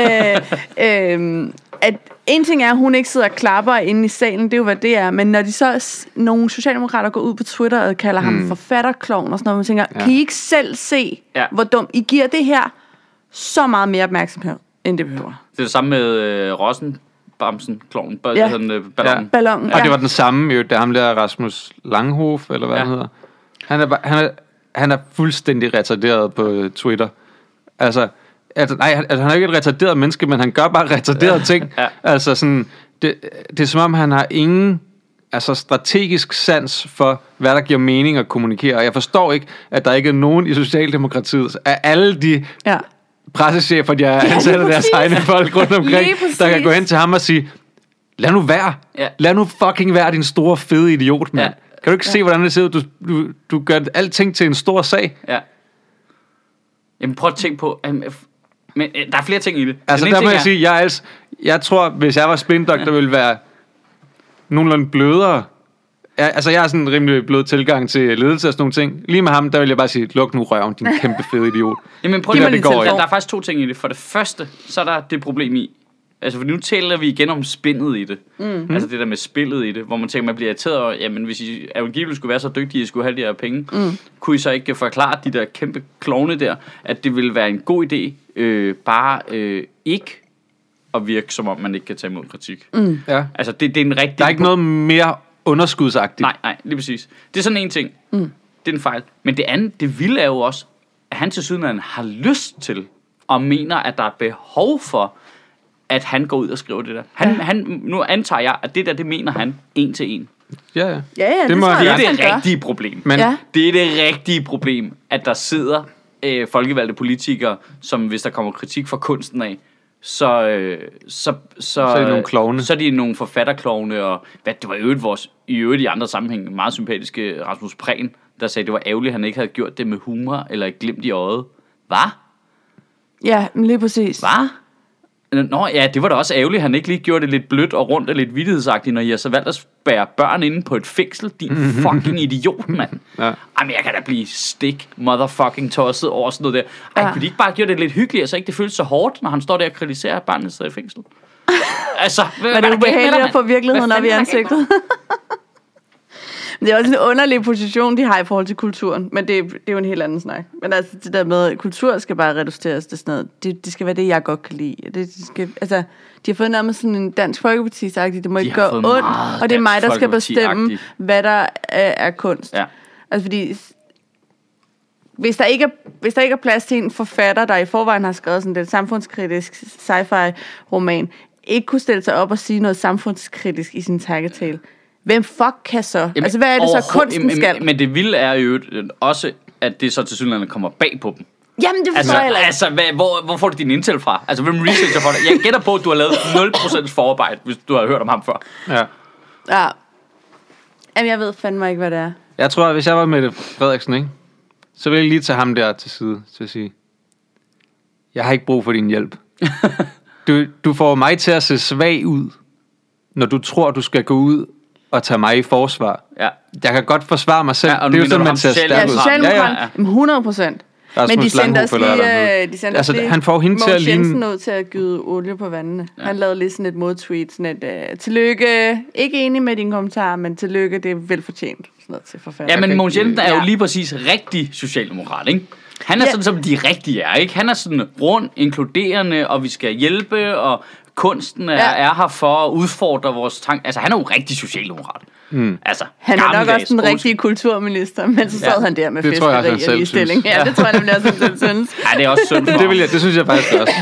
øh, øh, at en ting er, at hun ikke sidder og klapper inde i salen, det er jo, hvad det er. Men når de så, nogle socialdemokrater går ud på Twitter og kalder hmm. ham forfatterklovn og sådan noget, man tænker, ja. kan I ikke selv se, ja. hvor dumt I giver det her så meget mere opmærksomhed, end det behøver? Det er det samme med øh, Rossen. Bamsen, klovnen, b- ja. sådan, øh, ballonen. Ja. Ballonen, ja. Og det var den samme, jo, det ham der Rasmus Langhoff, eller hvad ja. han hedder. Han er, han, er, han er fuldstændig retarderet på Twitter. Altså, altså nej, han, altså, han er ikke et retarderet menneske, men han gør bare retarderede ja. ting. Ja. Altså sådan, det, det er som om, han har ingen altså, strategisk sans for, hvad der giver mening at kommunikere. Og jeg forstår ikke, at der ikke er nogen i Socialdemokratiet, af alle de... Ja. pressechefer, de har ansat ja, deres egne folk rundt omkring, der kan gå hen til ham og sige, lad nu være. Ja. Lad nu fucking være, din store, fede idiot, mand. Ja. Kan du ikke ja. se, hvordan det ser ud? Du, du, du gør alting til en stor sag. Ja. Jamen, prøv at tænke på, um, men der er flere ting i det. Altså, der må jeg er... sige, jeg, altså, jeg tror, hvis jeg var splintdoktor, ja. ville være nogenlunde blødere. Jeg, altså, jeg har sådan en rimelig blød tilgang til ledelse og sådan nogle ting. Lige med ham, der vil jeg bare sige, luk nu røven, din kæmpe fede idiot. Jamen prøv lige at det går, ja. Der er faktisk to ting i det. For det første, så er der det problem i, altså for nu taler vi igen om spindet i det. Mm. Altså det der med spillet i det, hvor man tænker, man bliver irriteret over, jamen hvis I angiveligt skulle være så dygtige, I skulle have de her penge, mm. kunne I så ikke forklare de der kæmpe klovne der, at det ville være en god idé, øh, bare øh, ikke at virke, som om man ikke kan tage imod kritik. Mm. Ja. Altså det, det er en rigtig... Der er ikke noget mere underskudsagtigt. Nej, nej, lige præcis. Det er sådan en ting. Mm. Det er en fejl. Men det andet, det vilde er jo også, at han til syden har lyst til, og mener, at der er behov for, at han går ud og skriver det der. Han, ja. han, nu antager jeg, at det der, det mener han en til en. Ja, ja. ja, ja det, det, må det er det det rigtige problem. Men ja. Det er det rigtige problem, at der sidder øh, folkevalgte politikere, som hvis der kommer kritik fra kunsten af, så øh, så så, så er de nogle klovne. Så er de nogle forfatterklovne, og hvad, det var jo et vores i øvrigt i andre sammenhæng meget sympatiske Rasmus Prehn, der sagde, det var ærgerligt, at han ikke havde gjort det med humor eller et glimt i øjet. Hvad? Ja, lige præcis. Hvad? Nå ja, det var da også ærgerligt, at han ikke lige gjorde det lidt blødt og rundt og lidt vittighedsagtigt, når I har så valgt at spærre børn inde på et fængsel. Din fucking idiot, mand. Ja. Jamen, jeg kan da blive stik motherfucking tosset over sådan noget der. Ej, ja. Kunne de ikke bare gøre det lidt hyggeligt, så ikke det føles så hårdt, når han står der og kritiserer, at barnet sidder i fængsel? Altså, hvad, men det er ubehageligt at få virkeligheden op i ansigtet. Det er også en underlig position, de har i forhold til kulturen. Men det, det er jo en helt anden snak. Men altså, det der med, at kultur skal bare reduceres til sådan noget. Det, det skal være det, jeg godt kan lide. Det, det skal, altså, de har fået nærmest sådan en Dansk Folkeparti-sagt, det må ikke gøre ondt. Og det er mig, der skal bestemme, hvad der er, er kunst. Ja. Altså, fordi... Hvis der, ikke er, hvis der ikke er plads til en forfatter, der i forvejen har skrevet sådan en samfundskritisk sci-fi-roman, ikke kunne stille sig op og sige noget samfundskritisk i sin takketale, hvem fuck kan så? Jamen, altså, hvad er det så, kunsten jamen, skal? Men det vilde er jo også, at det så til synligheden kommer bag på dem. Jamen, det forstår altså, jeg ikke. Altså, hvad, hvor, hvor får du din intel fra? Altså, hvem researcher for det? Jeg gætter på, at du har lavet nul procent forarbejde, hvis du har hørt om ham før. Ja. Ja. Jamen, jeg ved fandme ikke, hvad det er. Jeg tror, at hvis jeg var Mette Frederiksen, ikke? Så ville jeg lige tage ham der til side, til at sige, jeg har ikke brug for din hjælp. Du, du får mig til at se svag ud, når du tror, du skal gå ud og tage mig i forsvar. Ja. Jeg kan godt forsvare mig selv. Ja, det er jo sådan, man ser stærk ud. Ja, ja, ja, ja. hundrede procent. Men de sendte os lige, de sendte altså, os lige han får hende til at ligne... Jensen ud til at gyde olie på vandene. Ja. Han lavede lige sådan et modtweet, sådan et, uh, tillykke, ikke enig med din kommentar, men tillykke, det er velfortjent. Sådan noget til forfatter. Ja, men Mogens Jensen er jo ja. lige præcis rigtig socialdemokrat, ikke? Han er ja. sådan, som de rigtige er, ikke? Han er sådan rund, inkluderende, og vi skal hjælpe, og kunsten er, ja. er her for at udfordre vores tanker. Altså, han er jo rigtig socialdemokrat. Mm. Altså, han er nok også den rigtige kulturminister, men så sad ja. han der med fiskeri og ligestilling. Ja, det tror jeg nemlig også, han selv synes. Ja, det er også synd for det, vil jeg, det synes jeg faktisk også.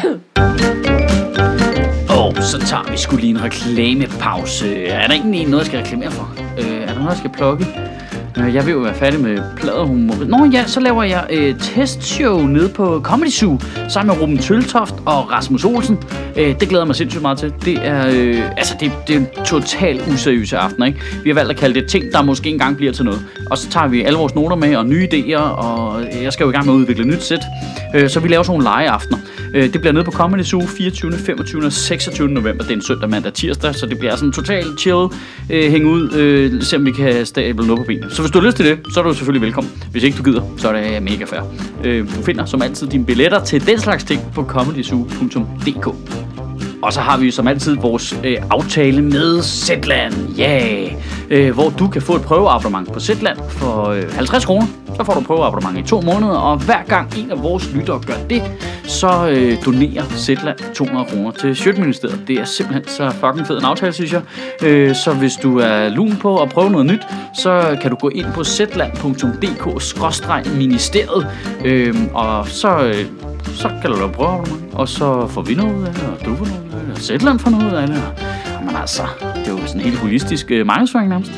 Og så tager vi sgu lige en reklamepause. Er der egentlig noget, jeg skal reklamere for? Øh, er der noget, jeg skal plukke? Jeg vil jo være færdig med pladerhumor. Nå ja, så laver jeg øh, testshow nede på Comedy Zoo sammen med Ruben Tøltoft og Rasmus Olsen. Øh, det glæder jeg mig sindssygt meget til. Det er øh, altså det, det er en totalt useriøse aften, ikke? Vi har valgt at kalde det ting, der måske engang bliver til noget. Og så tager vi alle vores noter med og nye idéer, og jeg skal jo i gang med at udvikle et nyt sæt. Øh, så vi laver sådan nogle legeaftener. Øh, det bliver nede på Comedy Zoo fireogtyvende, femogtyvende og seksogtyvende november. Det er en søndag, mandag, tirsdag, så det bliver sådan totalt chill. Øh, hænge ud, øh, se om vi kan stable noget på benene. Så hvis du har lyst til det, så er du selvfølgelig velkommen. Hvis ikke du gider, så er det mega fair. Øh, du finder som altid dine billetter til den slags ting på comedy zoo punktum d k. Og så har vi som altid vores øh, aftale med Zetland, ja, yeah. øh, hvor du kan få et prøveabonnement på Zetland for øh, halvtreds kroner. Så får du prøveabonnement i to måneder, og hver gang en af vores lyttere gør det, så øh, donerer Zetland to hundrede kroner til Sjøtministeriet. Det er simpelthen så fucking fed en aftale, synes jeg. Øh, så hvis du er lun på at prøve noget nyt, så kan du gå ind på zetland punktum d k skråstreg ministeriet, øh, og så... Øh, så kan du lave prøveabonnement, og så får vi noget ud af det, og du får noget ud af det, og Zetland får noget ud af det. Men altså, det er jo sådan en helt holistisk øh, markedsføring nærmest.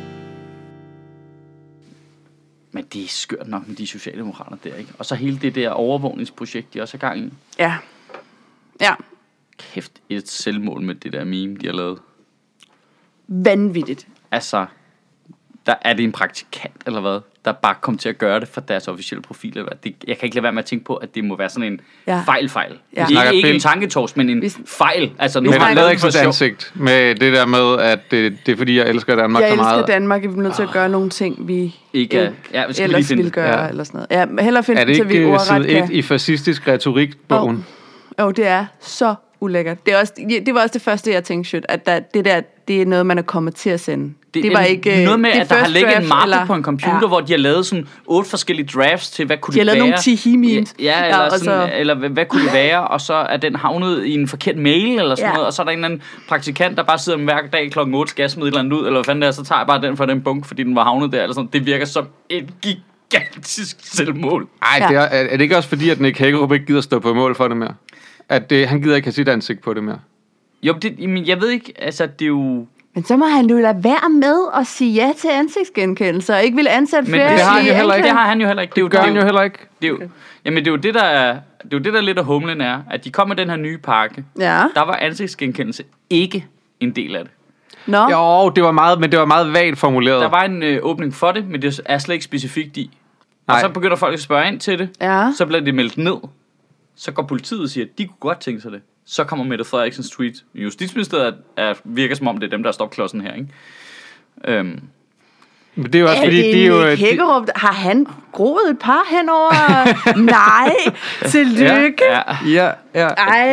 Men det er skørt nok med de socialdemokrater der, ikke? Og så hele det der overvågningsprojekt, de også er gang i. Ja. Ja. Kæft, et selvmål med det der meme, de har lavet. Vanvittigt. Altså, der er det en praktikant, eller hvad? Der bare kom til at gøre det for deres officielle profil. Eller hvad? Det, jeg kan ikke lade være med at tænke på, at det må være sådan en ja. fejl-fejl. Ja. Det er ikke, ikke en tanketors, men en Hvis, fejl. Altså, nu men har han lavede ikke sit ansigt med det der med, at det, det er fordi, jeg elsker Danmark jeg så meget. Jeg elsker Danmark, vi er nødt til at gøre nogle ting, vi ikke, ikke ja, vi ellers vi ville gøre. Ja. Eller sådan noget. Ja, hellere finde er det til, vi ikke ordret side kan... et i fascistisk retorik-bogen? Jo, oh. oh, det er så ulækkert. Det, er også, det var også det første, jeg tænkte, shit, at der, det der, det er noget, man er kommet til at sende. Det, det var ikke noget med, at der har ligget en mappe eller, på en computer, ja. hvor de har lavet sådan otte forskellige drafts til, hvad kunne de det være. De har lavet nogle tihi-memes. Ja, ja, eller, ja, sådan, så... eller hvad, hvad kunne det være, og så er den havnet i en forkert mail, eller sådan ja. noget, og så er der en eller anden praktikant, der bare sidder med hver dag klokken otte, skal jeg smide et eller andet ud, eller hvad fanden det er, så tager jeg bare den fra den bunke, fordi den var havnet der, eller sådan. Det virker som et gigantisk selvmål. Ej, ja. det er, er det ikke også fordi, at Nick Hagerup ikke gider stå på mål for det mere? At det, han gider ikke have sit ansigt på det mere? Jo, det, jeg ved ikke, altså det er jo... Men så må han jo lade være med at sige ja til ansigtsgenkendelse, og ikke vil ansætte flere. Men det har han jo heller ikke. Det har han jo heller ikke. Det, det gør det, han jo heller ikke. Det er jo, jamen det er jo det, der er, det er jo det, der lidt af humlen er, at de kom med den her nye pakke. Ja. Der var ansigtsgenkendelse ikke en del af det. Nå. Jo, det var meget, men det var meget vagt formuleret. Der var en øh, åbning for det, men det er slet ikke specifikt i. Og Nej. så begynder folk at spørge ind til det. Ja. Så bliver det meldt ned. Så går politiet og siger, at de kunne godt tænke sig det. Så kommer Mette Frederiksens tweet. Justitsministeriet er, virker som om, det er dem, der er stopklodsen her, ikke? Øhm. Men det er jo også, er fordi det de jo... Hækkerup, har han groet et par henover? Nej, tillykke. Ja, ja. ja,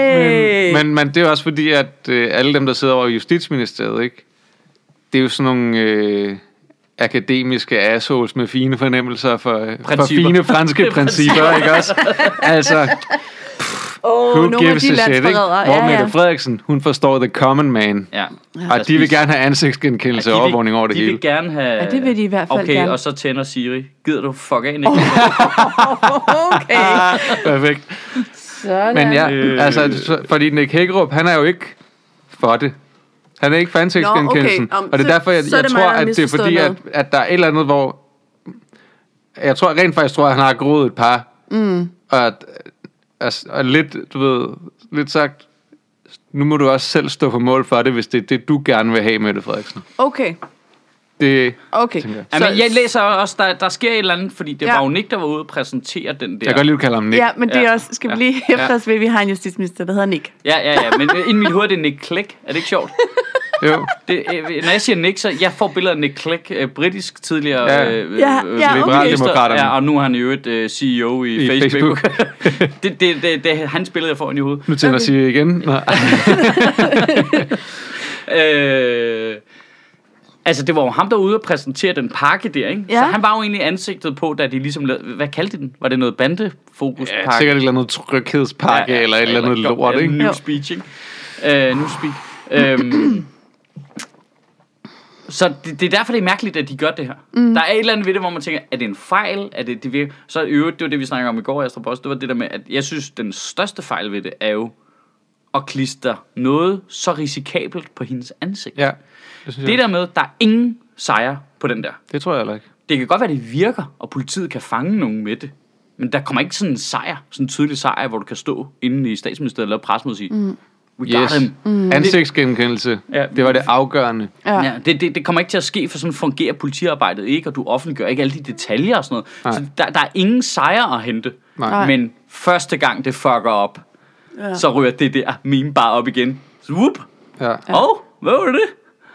ja. Men, men, men det er jo også fordi, at øh, alle dem, der sidder over i Justitsministeriet, ikke? Det er jo sådan nogle... Øh, akademiske assholes med fine fornemmelser for, for fine franske principper, ikke også? Altså, pff, oh, who gives a shit, ikke? Hvor ja, ja. Mette Frederiksen, hun forstår the common man. Ja. Og ja, de vil gerne have ansigtsgenkendelse og ja, overvågning over det de hele. De vil gerne have... Ja, det vil de i hvert fald okay, gerne. Og så tænder Siri. Gider du fuck af, Nick? Oh, okay. Perfekt. Sådan. Men ja, altså, fordi Nick Hækkerup, han er jo ikke for det. Han er ikke for ansigtsgenkendelsen. Okay. Um, og det er derfor, jeg, jeg tror, at det er fordi, at, at der er et eller andet, hvor... Jeg tror rent faktisk, tror, at han har groet et par. Mm. Og, at, at, og lidt, du ved, lidt sagt, nu må du også selv stå på mål for det, hvis det er det, du gerne vil have, Mette Frederiksen. Okay. Det Okay. tænker jeg. Ja, men jeg læser også, der, der sker et eller andet, fordi det Ja. var jo Nick, der var ude og præsentere den der. Jeg kan godt lide, at du kalder ham Nick. Ja, men det er Ja. også, skal vi Ja. lige Ja. efter os ved, at vi har en justitsminister, der hedder Nick. Ja, ja, ja, men i mit hoved er det Nick Clegg. Er det ikke sjovt? Jo. Det, øh, når jeg siger Nick, så jeg får billeder af Nick Clegg, øh, britisk tidligere Ja. øh, Ja, øh, ja, okay. Liberaldemokraterne. Ja, og nu er han jo et øh, C E O i, I Facebook. Facebook. det, det, det, det er hans billede, jeg får ind i hovedet. Nu til okay. at sige igen. Nej. øh, altså, det var jo ham, der var ude og præsentere den pakke der, ikke? Ja. Så han var jo egentlig ansigtet på, da de ligesom lavede, hvad kaldte de den? Var det noget bandefokuspakke? Ja, sikkert et eller andet tryghedspakke, ja, ja, eller et eller andet lort, ikke? New speech, ikke? Uh, new speak. Um, så det, det er derfor, det er mærkeligt, at de gør det her. Mm. Der er et eller andet ved det, hvor man tænker, er det en fejl? Er det, det virker? Så i øvrigt, det var det, vi snakkede om i går, Astrup, også. Det var det der med, at jeg synes, den største fejl ved det er jo at klistre noget så risikabelt på hendes ansigt. Ja, det synes Det jeg. der med, der er ingen sejr på den der. Det tror jeg heller ikke. Det kan godt være, det virker, og politiet kan fange nogen med det. Men der kommer ikke sådan en sejr, sådan en tydelig sejr, hvor du kan stå inde i statsministeriet og lave pressemøde og sige, mm. we got Yes. him. Mm. Ansigtsgenkendelse, Ja. det var det afgørende. Ja. Ja, det, det, det kommer ikke til at ske, for sådan fungerer politiarbejdet ikke, og du offentliggør ikke alle de detaljer og sådan noget. Nej. Så der, der er ingen sejr at hente. Nej. Men første gang det fucker op, ja. så ryger det der meme bare op igen. Så whoop! Ja. Åh, oh, hvad var det?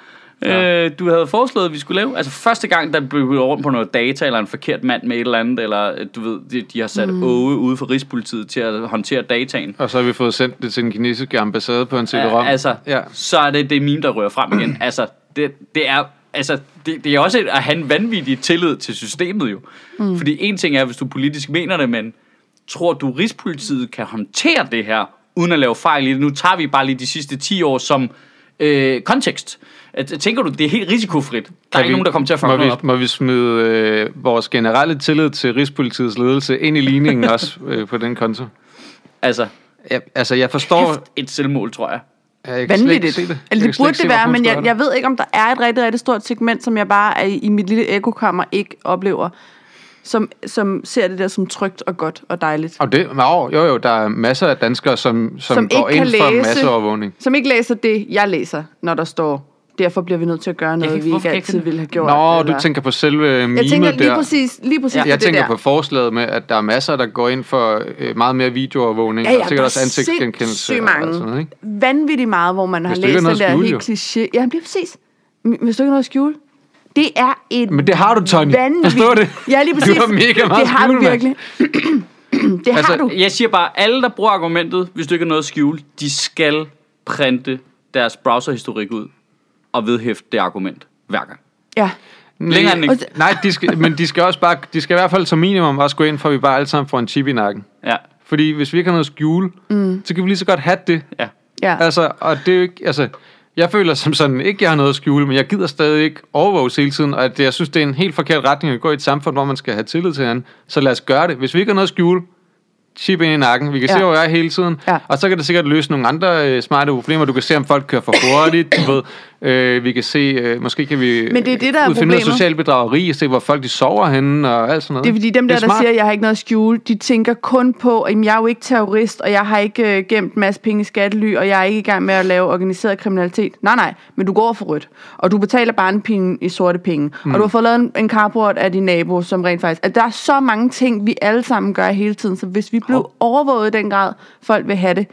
Ja. Øh, du havde foreslået, at vi skulle lave. Altså første gang, der blev rundt på noget data, eller en forkert mand med et eller andet, eller du ved, de, de har sat mm. Åge ude for Rigspolitiet til at håndtere dataen. Og så har vi fået sendt det til den kinesiske ambassade på en cd-rom. Ja, altså, ja. så er det det meme, der rører frem igen. altså, det, det er... Altså, det, det er også at have en vanvittig tillid til systemet jo. Mm. Fordi en ting er, hvis du politisk mener det, men tror du, Rigspolitiet kan håndtere det her, uden at lave fejl i det? Nu tager vi bare lige de sidste ti år som øh, kontekst. At, tænker du, det er helt risikofrit? Der er Kan ikke vi, nogen, der kommer til at fuck må noget vi, op. Må vi smide øh, vores generelle tillid til Rigspolitiets ledelse ind i ligningen også øh, på den konto? Altså, Ja, altså, jeg forstår... kæft et selvmål, tror jeg. Jeg kan slet ikke Vanvittigt. se det. Altså, Jeg det kan slet burde ikke se, det være, hvorfor hun men skulle jeg, have jeg ved ikke, om der er et rigtig, rigtig stort segment, som jeg bare er i, i mit lille ekokammer ikke oplever, som, som ser det der som trygt og godt og dejligt. Og det, jo, jo, jo, der er masser af danskere, som, som, Som går ikke ind kan for læse. masseovervågning. Som ikke læser det, jeg læser, når der står, derfor bliver vi nødt til at gøre noget, ikke- vi hvorfor ikke kan jeg ikke altid finde- ville have gjort. Nå, eller- du tænker på selve memet Jeg tænker lige der. præcis, lige præcis Ja. på Jeg det tænker der. på forslaget med, at der er masser, der går ind for øh, meget mere videoovervågning, Ja, ja, og sikkert der også er ansigtsgenkendelse. sindssygt Og mange. alt sådan noget, ikke? Vanvittigt meget, hvor man har Hvis du ikke læst har den noget at der skjule, helt kliché. Ja, lige præcis. Men Hvis du ikke har noget at skjule. Det er et Men det har du, Tony. vanvittigt. Forstår det? Ja, lige Du præcis. har mega meget det har at du skjule, virkelig. det har Altså, du. Jeg siger bare, alle, der bruger argumentet, hvis du ikke har noget at skjule, de skal printe deres browserhistorik ud og vedhæfte det argument hver gang. Ja. Længere end Nej, ikke. nej de skal, men de skal også bare, de skal i hvert fald som minimum også gå ind for, at vi bare alle sammen får en chip i nakken. Ja, Fordi hvis vi ikke har noget at skjule, mm. så kan vi lige så godt have det. ja. Ja. Altså, og det er jo ikke, altså, jeg føler som sådan ikke, jeg har noget at skjule, men jeg gider stadig ikke overvåges hele tiden, og at jeg synes, det er en helt forkert retning at gå i et samfund, hvor man skal have tillid til hinanden. Så lad os gøre det. Hvis vi ikke har noget at skjule, chip ind i nakken. Vi kan Ja. se, hvor jeg er hele tiden. Ja. Og så kan det sikkert løse nogle andre øh, smarte problemer. Du kan se, om folk kører for hurtigt. Du ved, øh, vi kan se, øh, måske kan vi Men det er det, der er udfinde noget problemet. social bedrageri, se, hvor folk de sover henne og alt sådan noget. Det er fordi dem Det der, er der smart. siger, at jeg har ikke noget at skjule, de tænker kun på, at jeg er jo ikke terrorist, og jeg har ikke øh, gemt en masse penge i skattely, og jeg er ikke i gang med at lave organiseret kriminalitet. Nej, nej, men du går for rødt, og du betaler bare en penge i sorte penge, mm. og du har fået lavet en, en carport af din nabo, som rent faktisk... At der er så mange ting, vi alle sammen gør hele tiden, så hvis vi blev overvåget i den grad, folk vil have det,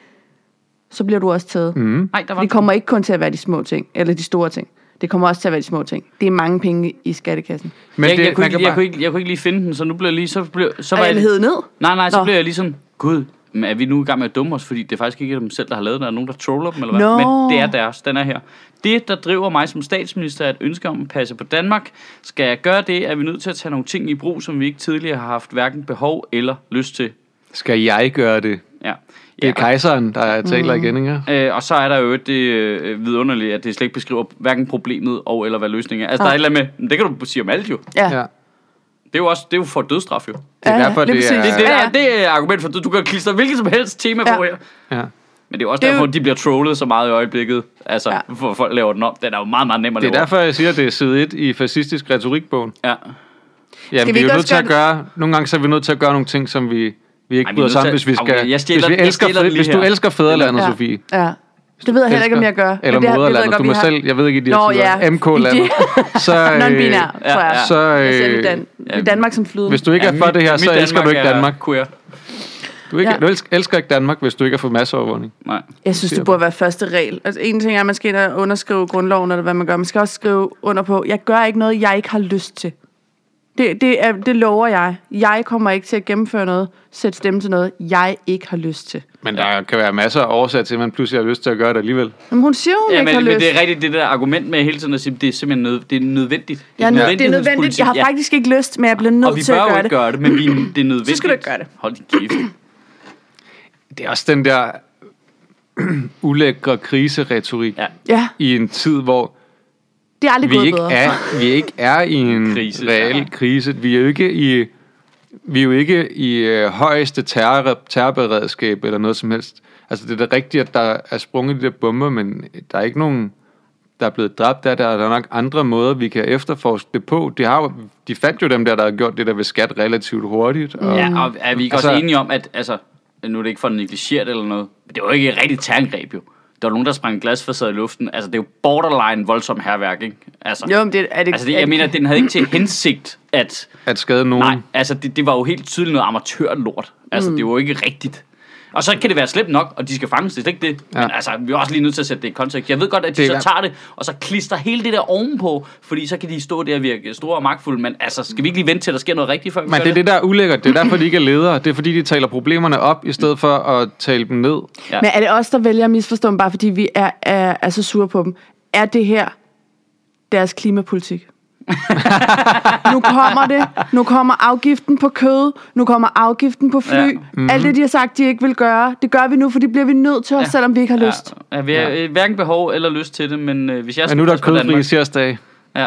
så bliver du også taget. Mm. Nej, der var Det kommer ikke kun til at være de små ting, eller de store ting. Det kommer også til at være de små ting. Det er mange penge i skattekassen. Men jeg, det, jeg, kunne man ikke, kan jeg, bare- kunne ikke, jeg kunne ikke lige finde den, så nu blev jeg lige... Så blev, så Er var jeg jeg, hed ned? nej, nej, så Nå. blev jeg lige sådan... Gud, men er vi nu i gang med at dumme os? Fordi det er faktisk ikke dem selv, der har lavet den. Der er nogen, der troller dem, eller hvad? Nå. Men det er deres. Den er her. Det, der driver mig som statsminister, er et ønske om at passe på Danmark. Skal jeg gøre det, er vi nødt til at tage nogle ting i brug, som vi ikke tidligere har haft hverken behov eller lyst til. Skal jeg gøre det? Ja. Det er Ja, kejseren, der taler mm. igen, ikke? Øh, og så er der jo det øh, vidunderlige, at det slet ikke beskriver hverken problemet og eller hvad løsningen er. Altså, Ah. der er et eller andet med, det kan du sige om alt jo. Ja. Ja. Det er jo også det er jo for dødsstraf jo. Det er Ja, ja, derfor, lige det præcis. er... Det, det, Ja, der, ja. det er argument for, du kan klistre hvilket som helst tema Ja. på her. Ja. Men det er jo også Det er derfor, jo- de bliver trollet så meget i øjeblikket. Altså, Ja. ja. for folk laver den om. Den er jo meget, meget nem at Det er lave om. derfor, jeg siger, at det er side et i fascistisk retorikbogen. Ja. Jamen, vi vi er ikke jo nødt også til at gøre gøre... Nogle gange så er vi nødt til at gøre nogle ting, som vi, vi ikke Ej, vi er bryder nødt sammen, til- hvis vi skal... Okay, jeg stjæler- hvis vi jeg elsker, stjæler den fæ- lige hvis du her. elsker fædrelandet, Ja. Sofie, Ja. Det ved jeg heller ikke, om jeg gør. Eller det moderlandet. Godt, du må har... selv, jeg ved ikke, i de her tider, M K-landet. Så, non-binær, tror jeg. Så, øh, jeg ser Dan- ja. Danmark som flydende. Hvis du ikke ja, er for mit, det her, så elsker du ikke Danmark. Queer. Du, ikke, ja. du elsker, elsker ikke Danmark, hvis du ikke har fået masseovervågning. Nej. Jeg synes, det burde være første regel. Altså, en ting er, at man skal ind og underskrive grundloven, eller hvad man gør. Man skal også skrive under på, jeg gør ikke noget, jeg ikke har lyst til. Det, det, er, det lover jeg. Jeg kommer ikke til at gennemføre noget, sætte stemme til noget, jeg ikke har lyst til. Men der kan være masser af årsager til, at man pludselig har lyst til at gøre det alligevel. Men hun siger, hun ja, ikke men, har men lyst. det er rigtigt, det der argument med hele tiden at sige, det er simpelthen nød, det er nødvendigt. Ja, det er, det er nødvendigt. Jeg har ja. faktisk ikke lyst, men jeg bliver nødt til at gøre det. Og vi bør jo ikke gøre det, men vi, det er nødvendigt. Så skal du ikke gøre det. Hold din kæft. Det er også den der ulækre kriseretorik ja. Ja. i en tid, hvor det er aldrig vi, gået ikke bedre. er, vi ikke er i en krise, reel ja. krise. Vi er jo ikke i, vi er jo ikke i øh, højeste terror, terrorberedskab eller noget som helst. Altså det er da rigtigt, at der er sprunget de der bomber, men der er ikke nogen, der er blevet dræbt der. Der er nok andre måder, vi kan efterforske det på. De, har, de fandt jo dem der, der har gjort det der ved skat relativt hurtigt. Og, ja, og er vi ikke altså, også enige om, at altså, nu er det ikke for at negligere det eller noget, men det var ikke et rigtigt terrorangreb jo. Der var nogen, der sprang glasfacade i luften. Altså, det er jo borderline voldsom hærværk, ikke? Altså, jo, men det er det... Altså, det, er jeg det, mener, den havde ikke til hensigt, at... At skade nogen. Nej, altså, det, det var jo helt tydeligt noget amatørlort. Altså, mm. det var jo ikke rigtigt. Og så kan det være slemt nok, og de skal fanges, det er ikke det. Ja. Men altså, vi er også lige nødt til at sætte det i kontekst. Jeg ved godt, at de det, så tager det, og så klister hele det der ovenpå, fordi så kan de stå der og virke store og magtfulde. Men altså, skal vi ikke lige vente til, at der sker noget rigtigt før vi Men det er det, der er ulækkert. Det er derfor, de ikke er ledere. Det er fordi, de taler problemerne op, i stedet for at tale dem ned. Ja. Men er det os, der vælger at misforstå dem, bare fordi vi er, er, er så sure på dem? Er det her deres klimapolitik? Nu kommer det. Nu kommer afgiften på kød. Nu kommer afgiften på fly. Ja. Mm-hmm. Alt det, de har sagt, de ikke vil gøre, det gør vi nu, for det bliver vi nødt til os, ja. selvom vi ikke har ja. lyst. Ja, vi har ja. hverken behov eller lyst til det, men øh, hvis jeg men nu er der kødfri tirsdag. Ja.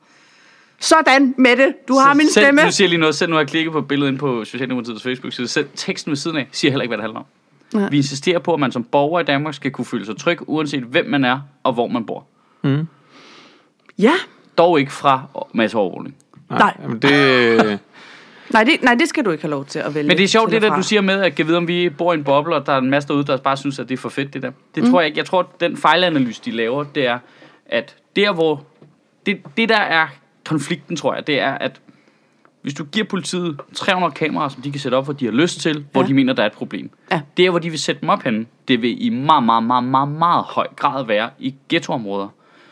Sådan, Mette. Du har min selv, stemme. Du siger lige noget. Selv nu har jeg klikket på billedet ind på Socialdemokratiets Facebook-side. Selv teksten ved siden af siger heller ikke, hvad det handler om. Ja. Vi insisterer på, at man som borger i Danmark skal kunne føle sig tryg, uanset hvem man er og hvor man bor. Mm. Ja. Dog ikke fra masseovervågning. Nej. Nej. Jamen det... nej, det, nej, det skal du ikke have lov til at vælge. Men det er sjovt, det der, du siger med, at kan vide, om vi bor i en boble, og der er en masse derude, der bare synes, at det er for fedt, det der. Det mm. tror jeg ikke. Jeg tror, at den fejlanalyse, de laver, det er, at der, hvor... Det, det der er konflikten, tror jeg, det er, at hvis du giver politiet tre hundrede kameraer, som de kan sætte op, hvor de har lyst til, ja. hvor de mener, der er et problem. Ja. Der, hvor de vil sætte dem op henne, det vil i meget, meget, meget, meget, meget høj grad være i ghettoområder.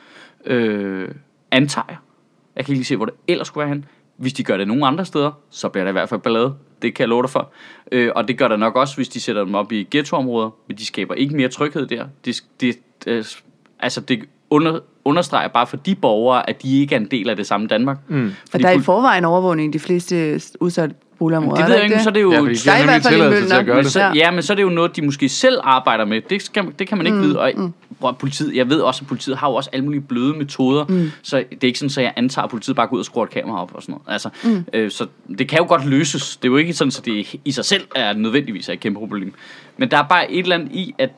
Øh... Antager jeg. Jeg kan ikke lige se, hvor det ellers skulle være hen. Hvis de gør det nogle andre steder, så bliver der i hvert fald ballade. Det kan jeg love dig for. Øh, og det gør der nok også, hvis de sætter dem op i ghettoområder. Men de skaber ikke mere tryghed der. Det, det, det, altså det under, understreger bare for de borgere, at de ikke er en del af det samme Danmark. Mm. Og der er i forvejen overvågning de fleste udsatte boligområder. Det ved jeg ikke, så er det jo... Ja, de der er i hvert fald i Møllner. Men så, ja, men så er det jo noget, de måske selv arbejder med. Det, skal, det kan man ikke mm, vide. Og mm. politiet, jeg ved også, at politiet har jo også alle mulige bløde metoder. Mm. Så det er ikke sådan, at jeg antager, at politiet bare går ud og skruer et kamera op og sådan noget. Altså, mm. øh, så det kan jo godt løses. Det er jo ikke sådan, at det i sig selv er nødvendigvis et kæmpe problem. Men der er bare et eller andet i, at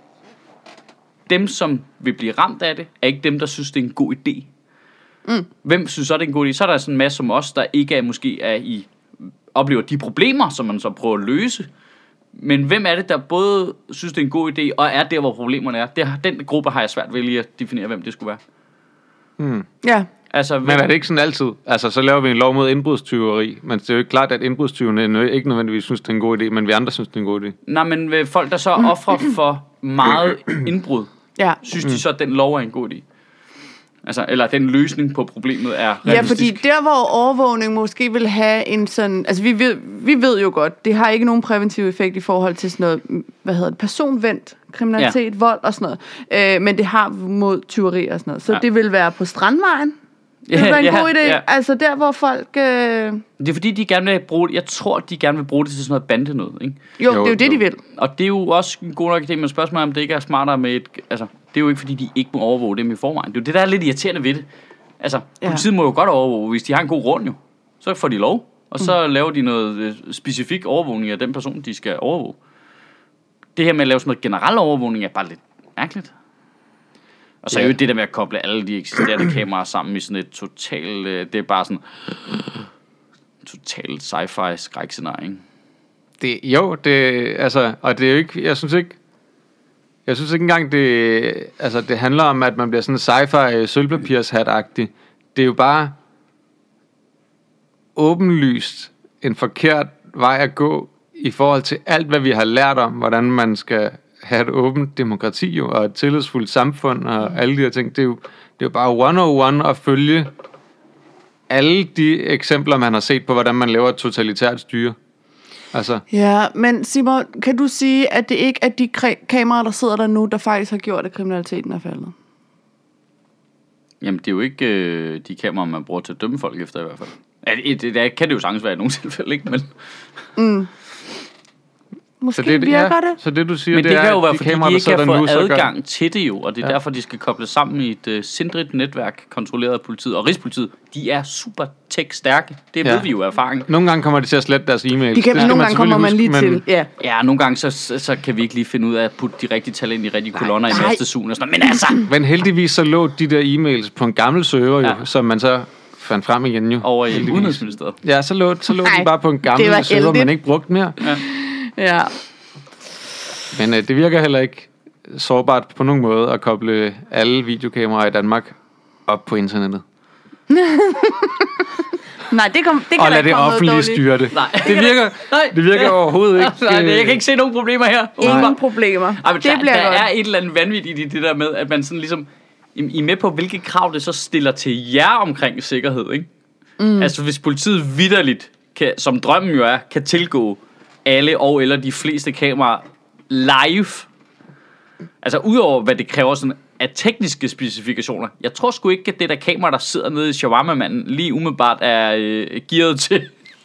dem, som vil blive ramt af det, er ikke dem, der synes, det er en god idé. Mm. Hvem synes så, det er en god idé? Så er der sådan en masse som os, der ikke er måske er i... oplever de problemer, som man så prøver at løse. Men hvem er det, der både synes, det er en god idé, og er der, hvor problemerne er? Det, den gruppe har jeg svært ved lige at definere, hvem det skulle være. Hmm. Ja. Altså, men er det ikke sådan altid? Altså, så laver vi en lov mod indbrudstyveri, men det er jo ikke klart, at indbrudstyvene ikke nødvendigvis synes, det er en god idé, men vi andre synes, det er en god idé. Nej, men folk, der så offrer for meget indbrud, ja. synes de så, at den lov er en god idé? Altså, eller den løsning på problemet er realistisk. Ja, fordi der, hvor overvågning måske vil have en sådan... Altså, vi ved, vi ved jo godt, det har ikke nogen præventiv effekt i forhold til sådan noget, hvad hedder det, personvendt kriminalitet, ja. vold og sådan noget. Øh, men det har mod tyveri og sådan noget. Så ja. det vil være på Strandvejen. Det vil være en ja, god idé. Ja. Altså, der, hvor folk... Øh... Det er fordi, de gerne vil bruge det... Jeg tror, de gerne vil bruge det til sådan noget bande noget, ikke? Jo, jo, det er jo det, jo. de vil. Og det er jo også en god nok idé, men spørgsmålet om det ikke er smartere med et... Altså, det er jo ikke, fordi de ikke må overvåge dem i forvejen. Det er jo det, der er lidt irriterende ved det. Altså, ja. politiet må jo godt overvåge, hvis de har en god grund jo. Så får de lov. Og så mm. laver de noget specifik overvågning af den person, de skal overvåge. Det her med at lave sådan noget generel overvågning er bare lidt mærkeligt. Og så er jo det der med at koble alle de eksisterende kameraer sammen i sådan et totalt... Det er bare sådan... Totalt sci-fi skrækscenarie, ikke? Det, jo, det... Altså... Og det er jo ikke... Jeg synes ikke... Jeg synes ikke engang, det, altså, det handler om, at man bliver sådan sci-fi sølvpapirshat-agtig. Det er jo bare åbenlyst en forkert vej at gå i forhold til alt, hvad vi har lært om, hvordan man skal have et åbent demokrati jo, og et tillidsfuldt samfund og alle de her ting. Det er jo, det er jo bare one oh one at følge alle de eksempler, man har set på, hvordan man laver et totalitært styre. Altså. Ja, men Simon, kan du sige, at det ikke er de kre- kameraer, der sidder der nu, der faktisk har gjort, at kriminaliteten er faldet? Jamen, det er jo ikke øh, de kameraer, man bruger til at dømme folk efter i hvert fald. Ja, det, det, det kan det jo sagtens være i nogle tilfælde, ikke? Men... Mm. Måske så det, virker ja, det. Så det, du siger, Men det, det kan er, jo være, de fordi kameraer, de ikke har fået adgang gør... til det jo, og det er ja. derfor, de skal kobles sammen i et uh, sindrigt netværk, kontrolleret af politiet. Og Rigspolitiet, de er super tech-stærke. Det ja. ved vi jo af erfaring. Nogle gange kommer de til at slette deres e-mail. De kan, nogle gange kommer man lige huske, til. Men... Ja. ja, nogle gange så, så kan vi ikke lige finde ud af at putte de rigtige tal ind i rigtige kolonner nej, i mastesugen og sådan noget. Men altså... Men heldigvis så lå de der e-mails på en gammel server, jo, ja. som man så fandt frem igen jo. Over i Udenrigsministeriet. Ja, så lå, så lå de bare på en gammel server, man ikke brugte mere. Ja. ja. Men øh, det virker heller ikke sårbart på nogen måde at koble alle videokameraer i Danmark op på internettet. Nej, det, kom, det kan og lad det offentlige styre det. Nej. Det virker, Nej. det virker overhovedet ikke. Nej, jeg kan ikke se nogen problemer her. Ingen Nej. problemer. Ej, det der bliver der godt. er et eller andet vanvittigt i det der med, at man sådan ligesom... I er med på, hvilke krav det så stiller til jer omkring sikkerhed, ikke? Mm. Altså, hvis politiet vitterligt, kan, som drømmen jo er, kan tilgå alle og eller de fleste kameraer live. Altså, udover hvad det kræver sådan af tekniske specifikationer. Jeg tror sgu ikke, at det der kamera, der sidder nede i shawarma-manden, lige umiddelbart er øh, gearet til,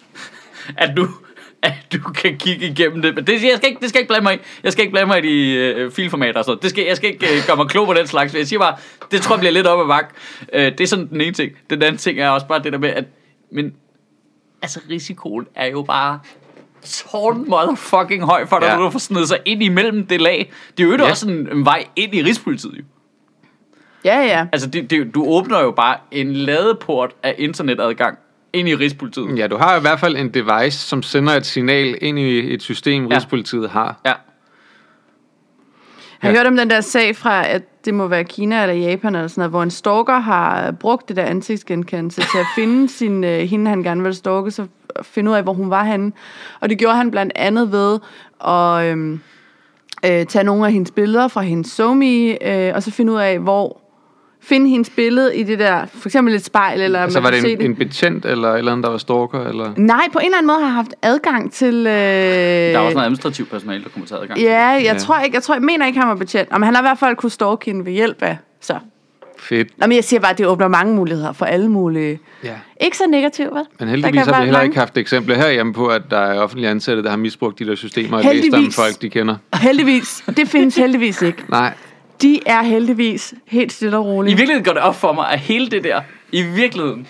at du, at du kan kigge igennem det. Men det, jeg skal ikke, det skal ikke blande mig i. Jeg skal ikke blande mig i de øh, filformater og sådan noget. Det skal, jeg skal ikke øh, gøre mig klog på den slags. Jeg siger bare, det tror jeg bliver lidt op ad bakke. Øh, det er sådan den ene ting. Den anden ting er også bare det der med, at men, altså, risikoen er jo bare tårn motherfucking høj for dig, ja. når du får snedet sig ind imellem det lag. Det er jo ikke ja. også en, en vej ind i Rigspolitiet, jo. Ja, ja. Altså, det, det, du åbner jo bare en ladeport af internetadgang ind i Rigspolitiet. Ja, du har i hvert fald en device, som sender et signal ind i et system, ja. Rigspolitiet har. Ja. Jeg har ja. hørt om den der sag fra, at det må være Kina eller Japan eller sådan noget, hvor en stalker har brugt det der ansigtsgenkendelse til at finde sin, uh, hende, han gerne ville stalke, så finde ud af, hvor hun var henne. Og det gjorde han blandt andet ved at øhm, øh, tage nogle af hendes billeder fra hendes SoMe, øh, og så finde ud af, hvor finde hendes billede i det der, for eksempel et spejl, eller altså man var det en, det. en betjent, eller eller andet, der var stalker, eller? Nej, på en eller anden måde har jeg haft adgang til... Øh... Der er også noget administrativt personale, der kommer til adgang til. Ja, jeg ja. tror ikke, jeg tror, jeg mener ikke, han var betjent. Men han har i hvert fald kunne stalke hende ved hjælp af, så... Fedt. Nå, men jeg siger bare, at det åbner mange muligheder for alle mulige... Ja. Ikke så negativt, vel? Men heldigvis har vi heller mange... ikke haft eksempler herhjemme på, at der er offentlige ansatte, der har misbrugt de der systemer og læst om folk, de kender. Heldigvis. Det findes heldigvis ikke. Nej. De er heldigvis helt stille og roligt. I virkeligheden går det op for mig, at hele det der, i virkeligheden,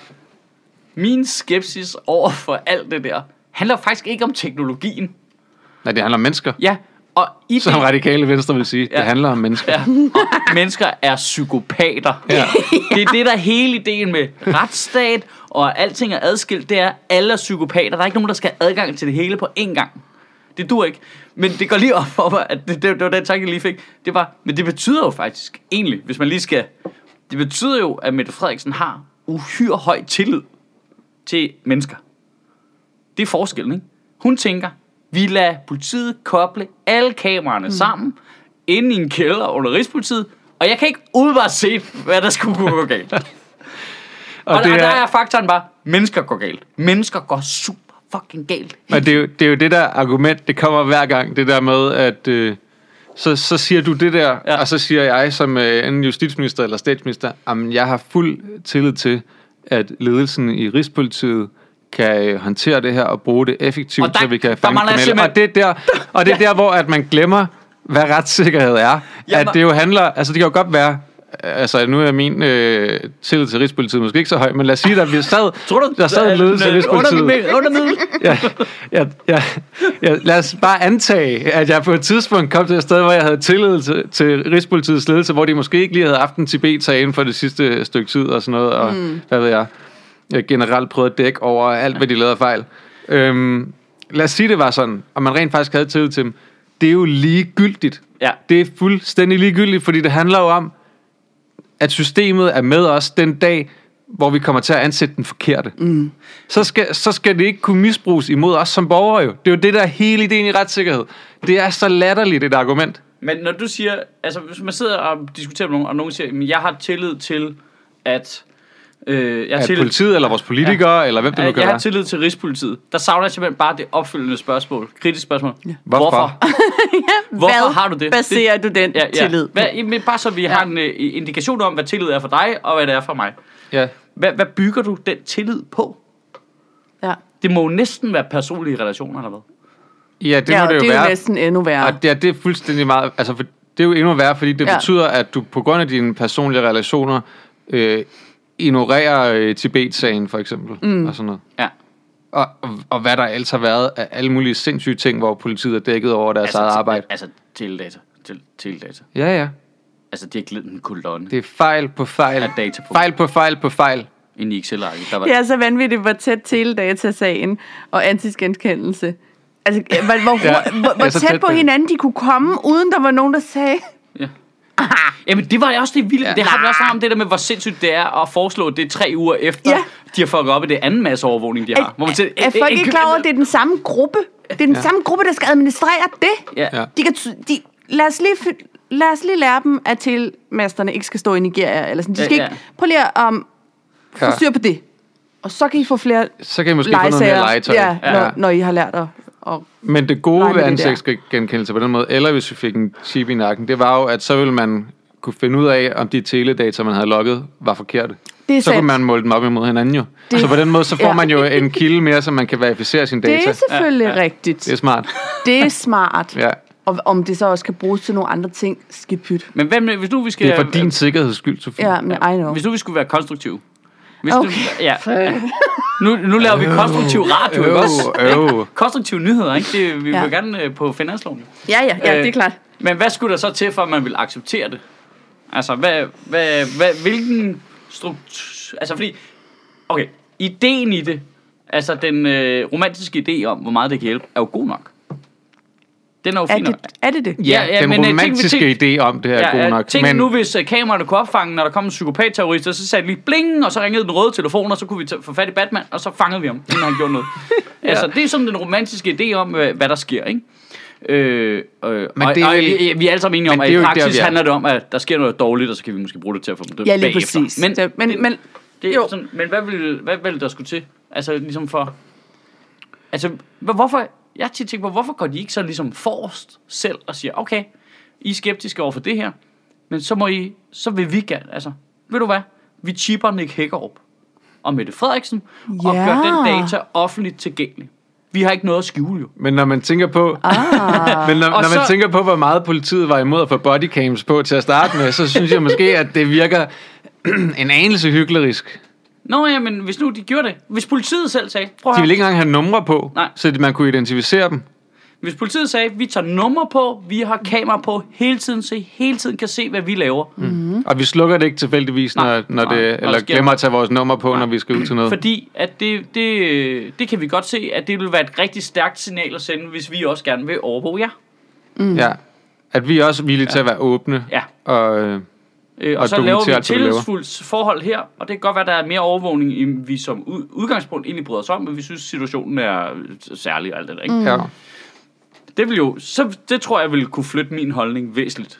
min skepsis over for alt det der, handler faktisk ikke om teknologien. Nej, det handler om mennesker. Ja. Og i Som det, radikale venstre vil sige, ja. det handler om mennesker. Ja. Og mennesker er psykopater. Ja. Det er det, der er hele ideen med retsstat, og alting er adskilt, det er, alle er psykopater. Der er ikke nogen, der skal have adgang til det hele på én gang. Det dur ikke. Men det går lige op for mig, at det, det, det var den tanke, jeg lige fik. Det var, men det betyder jo faktisk, egentlig, hvis man lige skal... Det betyder jo, at Mette Frederiksen har uhyre høj tillid til mennesker. Det er forskellen, ikke? Hun tænker, vi lader politiet koble alle kameraerne mm. sammen, inde i en kælder under Rigspolitiet, og jeg kan ikke udvare se, hvad der skulle gå galt. og, og, og der er faktoren bare, mennesker går galt. Mennesker går super fucking galt. Men det er, jo, det er jo det der argument, det kommer hver gang, det der med, at øh, så, så siger du det der, ja. og så siger jeg som øh, en justitsminister eller statsminister, jamen jeg har fuld tillid til, at ledelsen i Rigspolitiet kan øh, håndtere det her og bruge det effektivt, der, så vi kan fange kriminelle. Simpelthen... Og det er der, og det er der, hvor at man glemmer, hvad retssikkerhed er. Jamen, at det jo handler, altså det kan jo godt være, altså nu er min øh, tillid til Rigspolitiet måske ikke så høj, men lad os sige, at vi sad, tror du, der sad en ledelse af Rigspolitiet. Under, under middel. ja, ja, ja, ja, lad os bare antage, at jeg på et tidspunkt kom til et sted, hvor jeg havde tillid til, til Rigspolitiets ledelse, hvor de måske ikke lige havde haft en Tibet-sag inden for det sidste stykke tid og sådan noget, og mm. hvad ved jeg, jeg generelt prøvede at dække over alt, hvad de lavede fejl. Øhm, lad os sige, det var sådan, og man rent faktisk havde tillid til dem. Det er jo ligegyldigt, Ja. Det er fuldstændig ligegyldigt, fordi det handler jo om, at systemet er med os den dag, hvor vi kommer til at ansætte den forkerte. Mm. Så, skal, så skal det ikke kunne misbruges imod os som borgere jo. Det er jo det, der er hele ideen i retssikkerhed. Det er så latterligt et argument. Men når du siger, altså hvis man sidder og diskuterer med nogen, og nogen siger, at jeg har tillid til, at... Øh, jeg har at tillid, politiet, eller vores politikere, ja. eller hvem det nu kan Jeg være. har tillid til Rigspolitiet. Der savner jeg simpelthen bare det opfølgende spørgsmål. Kritisk spørgsmål. Ja. Hvorfor? Hvorfor? ja, Hvorfor hvad har du det? baserer du den ja, ja. tillid på? Hvad, men bare så vi ja. har en uh, indikation om, hvad tillid er for dig, og hvad det er for mig. Ja. Hvad, hvad bygger du den tillid på? Ja. Det må jo næsten være personlige relationer, eller hvad? Ja, det ja, må det jo det er være. jo næsten endnu værre. Og det er, det er fuldstændig meget... Altså, for, det er jo endnu værre, fordi det ja. betyder, at du på grund af dine personlige relationer øh, ignorerer øh, Tibet-sagen, for eksempel, mm. og sådan noget. Ja. Og, og, og hvad der ellers har været af alle mulige sindssyge ting, hvor politiet er dækket over deres altså, eget arbejde. Altså, teledata. Tel- teledata. Ja, ja. Altså, de har glidet en kolonne. Det er fejl på fejl. Af data på. Fejl på fejl på fejl. Ind i Excel-arket. Der var... Det er så vanvittigt, hvor tæt teledata-sagen og antiskenskendelse. Altså, hvor, hvor, ja, hvor, hvor tæt, tæt på hinanden de kunne komme, uden der var nogen, der sagde... Ja. Jamen, det var også det vilde. Ja. Det har vi også om det der med, hvor sindssygt det er at foreslå det tre uger efter, ja. de har fucket op i det anden masse overvågning, de har. Er, hvor man siger, er folk ikke klar over, at det er den samme gruppe? Det er den ja. samme gruppe, der skal administrere det. Ja. De kan, de, lad, os lige, lad os lige lære dem, at telemasterne ikke skal stå i Nigeria. Eller sådan. De skal ja, ja. ikke... Prøv lige at um, få styr på det. Og så kan I få flere Så kan I måske få noget mere legetøj. Ja, ja. Når, når I har lært at... Og men det gode ved ansigtsgenkendelse på den måde, eller hvis vi fik en chip i nakken, det var jo, at så ville man kunne finde ud af, om de teledata, man havde logget, var forkerte. Så sandt. Kunne man måle dem op imod hinanden jo. Det, så på den måde, så får ja. man jo en kilde mere, så man kan verificere sine data. Det er selvfølgelig ja, ja. rigtigt. Det er smart. Det er smart. ja. Og om det så også kan bruges til nogle andre ting, skidt pyt. Men hvem, hvis nu vi skal... Det er for din sikkerheds skyld, Sofie. Ja, men I know. Hvis nu vi skulle være konstruktive. Hvis okay. du, ja. nu, nu laver vi konstruktiv radio, ikke også? Øh. Konstruktive nyheder, ikke? Det, vi ja. vil gerne uh, på finansloven. Ja, ja, ja, øh, det er klart. Men hvad skulle der så til, for at man vil acceptere det? Altså, hvad, hvad, hvad, hvilken struktur... Altså, fordi... Okay, ideen i det, altså den øh, romantiske idé om, hvor meget det kan hjælpe, er jo god nok. Den er jo fin nok. Er det det? Ja, ja den men, romantiske tænk, tænk, idé om det her ja, er god nok. Tænk men... nu, hvis uh, kameraerne kunne opfange, når der kom en psykopat-terrorist, og så sagde det lige bling, og så ringede den røde telefon, og så kunne vi få fat i Batman, og så fangede vi ham, inden han gjorde noget. ja. Altså, det er sådan den romantiske idé om, hvad, hvad der sker, ikke? Øh, øh, men og, det, og vi, vi er alle sammen enige om, at i praksis der, handler det om, at der sker noget dårligt, og så kan vi måske bruge det til at få dem dømt ja, lige bagefter. Præcis. Men, det, men, det, men, det er sådan, men hvad vil, hvad vil der skulle til? Altså, ligesom for... Altså, hvorfor... Jeg har tit tænkt på, hvorfor går de ikke så ligesom forrest selv og siger, okay, I er skeptiske over for det her, men så må I, så vil vi gerne, altså, ved du hvad, vi chipper Nick Hækkerup og Mette Frederiksen, ja. og gør den data offentligt tilgængelig. Vi har ikke noget at skjule jo. Men når man tænker på, ah. men når, når så, man tænker på, hvor meget politiet var imod at få bodycams på til at starte med, så synes jeg måske, at det virker en anelse hyklerisk. Nå ja, men hvis nu de gjorde det. Hvis politiet selv sagde... De ville ikke engang have numre på, nej. Så man kunne identificere dem. Hvis politiet sagde, vi tager numre på, vi har kamera på hele tiden, så I hele tiden kan se, hvad vi laver. Mm-hmm. Og vi slukker det ikke tilfældigvis, nej, når, når nej, det, eller det glemmer at tage vores nummer på, nej. Når vi skal ud til noget. Fordi at det, det, det kan vi godt se, at det vil være et rigtig stærkt signal at sende, hvis vi også gerne vil overvåge jer. Mm. Ja, at vi er også villige ja. Til at være åbne. Ja. Og... Øh, Øh, og, og så laver vi et tillidsfuldt forhold her, og det kan godt være, at der er mere overvågning, end vi som udgangspunkt egentlig bryder os om, men vi synes, situationen er særlig og alt det der, ikke? Mm. Ja. Det vil jo, så det tror jeg vil kunne flytte min holdning væsentligt.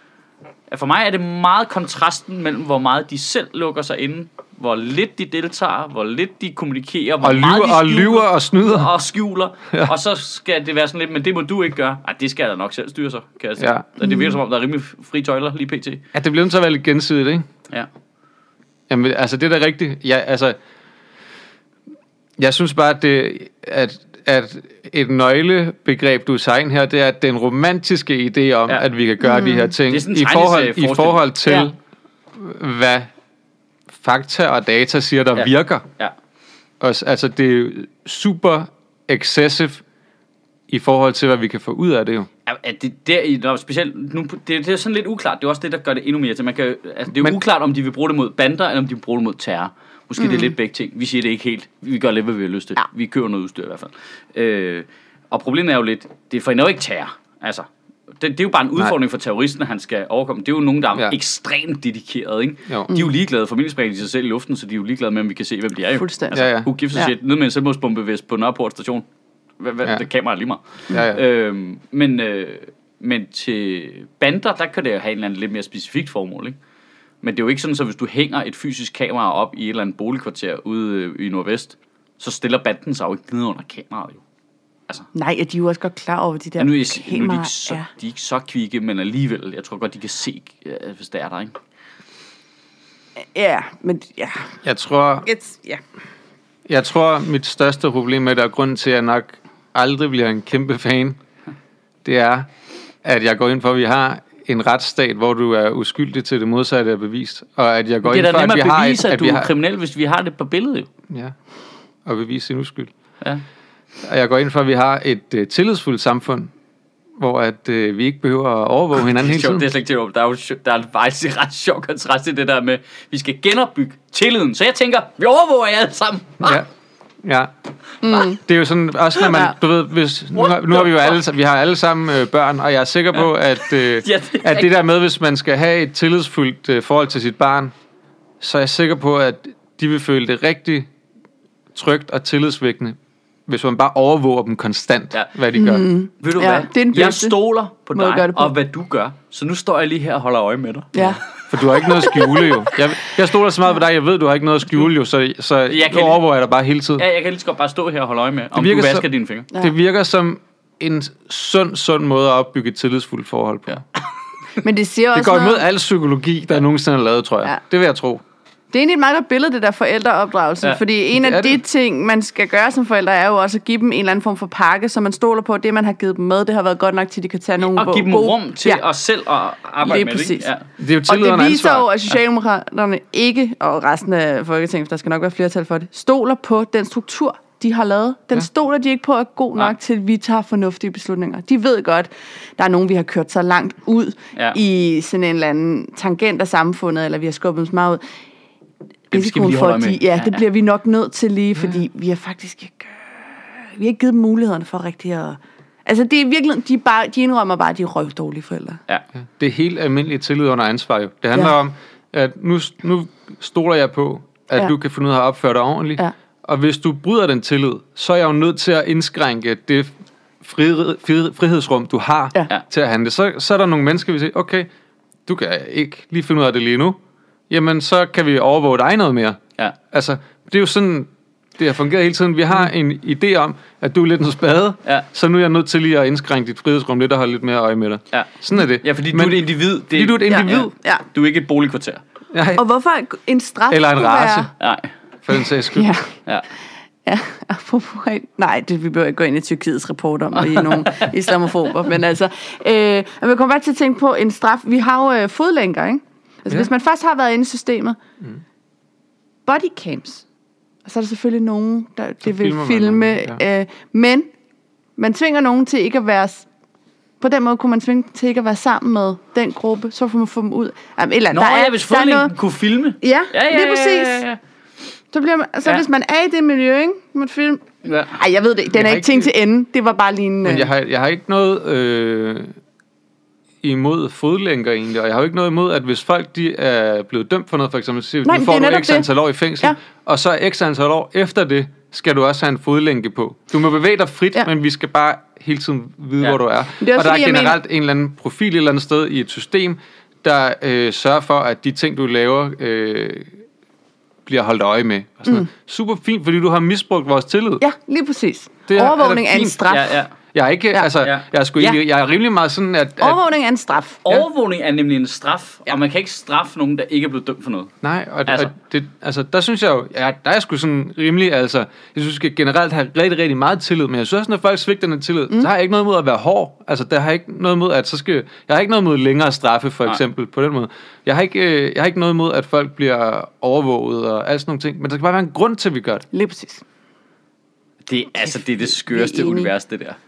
For mig er det meget kontrasten mellem, hvor meget de selv lukker sig inde, hvor lidt de deltager, hvor lidt de kommunikerer, hvor og meget lyver, de skjuler, og lyver og snyder. Og skjuler, ja. Og så skal det være sådan lidt, men det må du ikke gøre. Ej, det skal jeg da nok selv styre så, kan jeg sige. Ja. Mm. Det virker som om, der er rimelig fri tøjler lige pt. Ja, det bliver nødt til at være lidt gensidigt, ikke? Ja. Jamen, altså, det er da rigtigt. Ja, altså, jeg synes bare, at, det, at, at et nøglebegreb, du tager ind her, det er den romantiske idé om, ja. At vi kan gøre mm. de her ting i forhold, i forhold til, ja. Hvad fakta og data siger, der ja. Virker. Ja. Og, altså, det er super excessive i forhold til, hvad vi kan få ud af det jo. Ja, det, det, er, specielt, nu, det, det er sådan lidt uklart. Det er også det, der gør det endnu mere til. Man kan, altså, det er jo Men, uklart, om de vil bruge det mod bander, eller om de vil bruge det mod terror. Måske mm. det er lidt begge ting. Vi siger det ikke helt. Vi gør lidt, hvad vi har lyst til. Ja. Vi køber noget udstyr i hvert fald. Øh, og problemet er jo lidt, det forhindrer jo ikke terror. Altså, det, det er jo bare en udfordring Nej. for terroristen, at han skal overkomme. Det er jo nogen, der er ja. ekstremt dedikeret, ikke? Jo. De er jo ligeglade, familien springer de sig selv i luften, så de er jo ligeglade med, om vi kan se, hvem de er jo. Fuldstændig. Altså, ja, ja. who gives a shit? Nede med en selvmordsbombevest på Nørreport station. Hvad, hvad, ja. Det kamera lige meget. Ja, ja. Øhm, men, øh, men til bander, der kan det jo have en eller anden lidt mere specifikt formål, ikke? Men det er jo ikke sådan, så hvis du hænger et fysisk kamera op i et eller andet boligkvarter ude i Nordvest, så stiller banden sig jo ikke ned under kameraet, jo. Altså. Nej, og de er jo også godt klar over de der ja, nu er, kameraer. Nu er de, ikke så, de er ikke så kvikke, men alligevel, jeg tror godt, de kan se, hvis det er der, ikke? Ja, men ja. Jeg tror, It's, yeah. jeg tror, mit største problem med det, og grunden til, at jeg nok aldrig bliver en kæmpe fan, det er, at jeg går ind for, at vi har en retsstat, hvor du er uskyldig til det modsatte er bevist, og at jeg går ind for, at vi har et, bevise, at, at du vi er har kriminel, hvis vi har det på billedet, jo. Ja, og bevise sin uskyld. Ja. Og jeg går ind for, at vi har et uh, tillidsfuldt samfund, hvor at, uh, vi ikke behøver at overvåge hinanden hele tiden. Det er slet ikke til, der er jo der er faktisk ret sjov kontrast i det der med, vi skal genopbygge tilliden. Så jeg tænker, vi overvåger jer alle sammen. Ah. Ja. Ja, mm. Det er jo sådan, også når man, du ved, hvis, nu, har, nu har vi jo alle, vi har alle sammen øh, børn, og jeg er sikker på, at, øh, ja, det at det der med, hvis man skal have et tillidsfuldt øh, forhold til sit barn, så er jeg sikker på, at de vil føle det rigtig trygt og tillidsvækkende, hvis man bare overvåger dem konstant, ja. hvad de gør. Mm. Ved du ja, hvad? Jeg stoler på dig, på. og hvad du gør, så nu står jeg lige her og holder øje med dig. Ja. For du har ikke noget at skjule, jo. Jeg, jeg stoler så meget på dig, jeg ved, du har ikke noget at skjule, jo, så, så jeg nu overvåger jeg dig bare hele tiden. Ja, jeg kan lige så godt bare stå her og holde øje med, om du vasker som, dine fingre. Ja. Det virker som en sund, sund måde at opbygge et tillidsfuldt forhold på. Ja. Men det siger også det går imod noget... al psykologi, der nogensinde er lavet, tror jeg. Ja. Det vil jeg tro. Det er egentlig et meget godt billede, det der forældreopdragelse, ja. Fordi en af de det. ting, man skal gøre som forældre, er jo også at give dem en eller anden form for pakke, så man stoler på, at det, man har givet dem med, det har været godt nok til, de kan tage nogle og give dem rum til ja. os selv at arbejde med det. Ja. Det er jo tillid og det viser ansvar. jo, at Socialdemokraterne ikke, og resten af Folketinget, der skal nok være flertal for det, stoler på den struktur, de har lavet. Den ja. stoler de ikke på er god nok ja. til, at vi tager fornuftige beslutninger. De ved godt, der er nogen, vi har kørt så langt ud ja. i sådan en eller anden tangent af samfundet, eller vi har skubbet dem så meget ud. Risikoen for, de, ja, ja, det bliver vi nok nødt til lige, fordi ja. vi har faktisk ikke, vi har ikke givet dem mulighederne for rigtig at... Altså, det er virkelig, de, bare, de indrømmer bare, at de er røvdårlige forældre. Ja. Det er helt almindeligt tillid under ansvar, jo. Det handler ja. om, at nu, nu stoler jeg på, at ja. du kan finde ud af at opføre dig ordentligt, ja. og hvis du bryder den tillid, så er jeg jo nødt til at indskrænke det frihed, frihedsrum, du har ja. til at handle. Så, så er der nogle mennesker, der vil sige, okay, du kan ikke lige finde ud af det lige nu, jamen så kan vi overvåge dig noget mere. Ja. Altså, det er jo sådan, det har fungeret hele tiden. Vi har en idé om, at du er lidt en spade, ja. så nu er jeg nødt til lige at indskrænke dit frihedsrum lidt og holde lidt mere øje med dig. Ja. Sådan er det. Ja, fordi Men, du er et individ. Det, fordi du er et individ. Ja, ja. Du er ikke et boligkvarter. Ja. Og hvorfor en straf eller en race. Være... Nej. For den sags skyld. Ja. Ja. Ja, nej, det, vi behøver ikke gå ind i Tyrkiets rapport om, og I er nogle islamofober, men altså, øh, jeg vil komme bare til at tænke på en straf. Vi har jo øh, fodlænker, ikke? Altså, ja. Hvis man først har været inde i systemet, mm. bodycams, og så er der selvfølgelig nogen, der det vil filme, ja. øh, men man tvinger nogen til ikke at være, på den måde kunne man tvinge til ikke at være sammen med den gruppe, så får man få dem ud. Jamen, eller, Nå, der er, ja, hvis fodlænken noget... kunne filme. Ja, ja, ja, lige præcis. Ja, ja, ja. Så bliver man, altså, ja. hvis man er i det miljø, ikke? Man film. Ja. Ej, jeg ved det, den er ikke tænkt til ende. Det var bare lige en... Men jeg har, jeg har ikke noget øh, imod fodlænker egentlig, og jeg har jo ikke noget imod, at hvis folk de er blevet dømt for noget, for eksempel, så Nej, får du x antal år i fængsel, ja. og så x antal år efter det, skal du også have en fodlænke på. Du må bevæge dig frit, ja. men vi skal bare hele tiden vide, ja. hvor du er. er og der er generelt mener... en eller anden profil et eller andet sted i et system, der øh, sørger for, at de ting, du laver... Øh, bliver holdt øje med. Og sådan mm. Super fint, fordi du har misbrugt vores tillid. Ja, lige præcis. Det er, Overvågning er, er en straf. Ja, ja. Jeg er ikke, ja. altså, ja. jeg er sgu ja. jeg er rimelig meget sådan, at... at Overvågning er en straf. Ja. Overvågning er nemlig en straf, ja. og man kan ikke straffe nogen, der ikke er blevet dømt for noget. Nej, og, altså. og det, altså, der synes jeg jo, ja, der er sgu sådan rimelig, altså, jeg synes, vi skal generelt have rigtig, rigtig meget tillid, men jeg synes også, når folk svigter den tillid, mm. så har jeg ikke noget mod at være hård. Altså, der har ikke noget mod, at så skal, jeg har ikke noget mod længere straffe, for eksempel, Nej. på den måde. Jeg har ikke, jeg har ikke noget mod, at folk bliver overvåget og alt sådan nogle ting, men der skal bare være en grund til, at vi gør det. Lige præcis. Det, altså, det er det skørste univers, det der.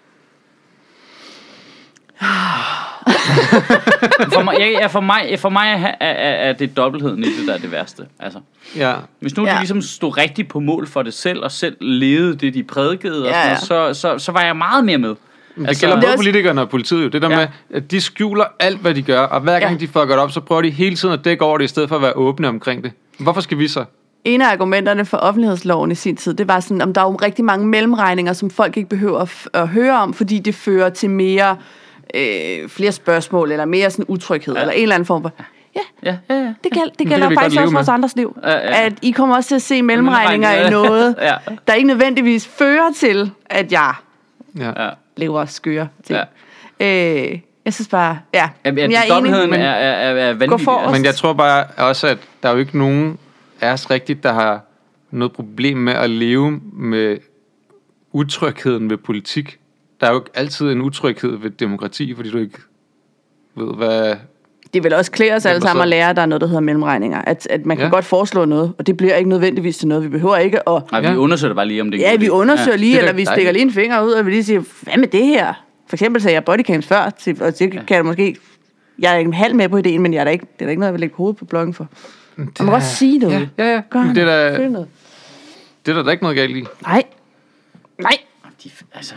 for mig, ja, for mig, for mig er, er, er det dobbeltheden i det, der er det værste. Altså, ja. Hvis nu ja. de ligesom stod rigtig på mål for det selv, og selv levede det, de prædikede, og ja, ja. Så, så, så var jeg meget mere med. Det altså, gælder både politikerne og politiet jo. Det der ja. med, at de skjuler alt, hvad de gør, og hver gang ja. de fucker det op, så prøver de hele tiden at dække over det, i stedet for at være åbne omkring det. Hvorfor skal vi så? En af argumenterne for offentlighedsloven i sin tid, det var sådan, om der er jo rigtig mange mellemregninger, som folk ikke behøver at, f- at høre om, fordi det fører til mere, øh, flere spørgsmål, eller mere sådan utryghed, ja. eller en eller anden form for... Ja, ja, ja, ja. det, gæld, det gælder det faktisk også vores andres liv. Ja, ja. At I kommer også til at se mellemregninger i noget, ja. der ikke nødvendigvis fører til, at jeg ja. lever skøre til. Ja. Øh, jeg synes bare, ja. ja men jeg er enig, men er, er, er vanvittig. Men jeg tror bare også, at der er jo ikke nogen af os rigtigt, der har noget problem med at leve med utrygheden ved politik. Der er jo altid en utryghed ved demokrati, fordi du ikke ved, hvad... Det vil også klæde os alle sammen at lære, at der er noget, der hedder mellemregninger. At, at man kan ja. godt foreslå noget, og det bliver ikke nødvendigvis til noget. Vi behøver ikke at... Nej, vi undersøger det bare lige, om det Ja, vi undersøger ja. lige, eller vi stikker lige en finger ud, og vi lige siger, hvad med det her? For eksempel sagde jeg bodycams før, og det kan jeg måske... Jeg er ikke en halv med på ideen, men jeg er da ikke, det er da ikke noget, jeg vil lægge på hovedet på bloggen for. Man må godt sige noget. Ja, ja, ja. Gør det er der, det er der, der ikke noget galt i. Nej. Nej. De, altså...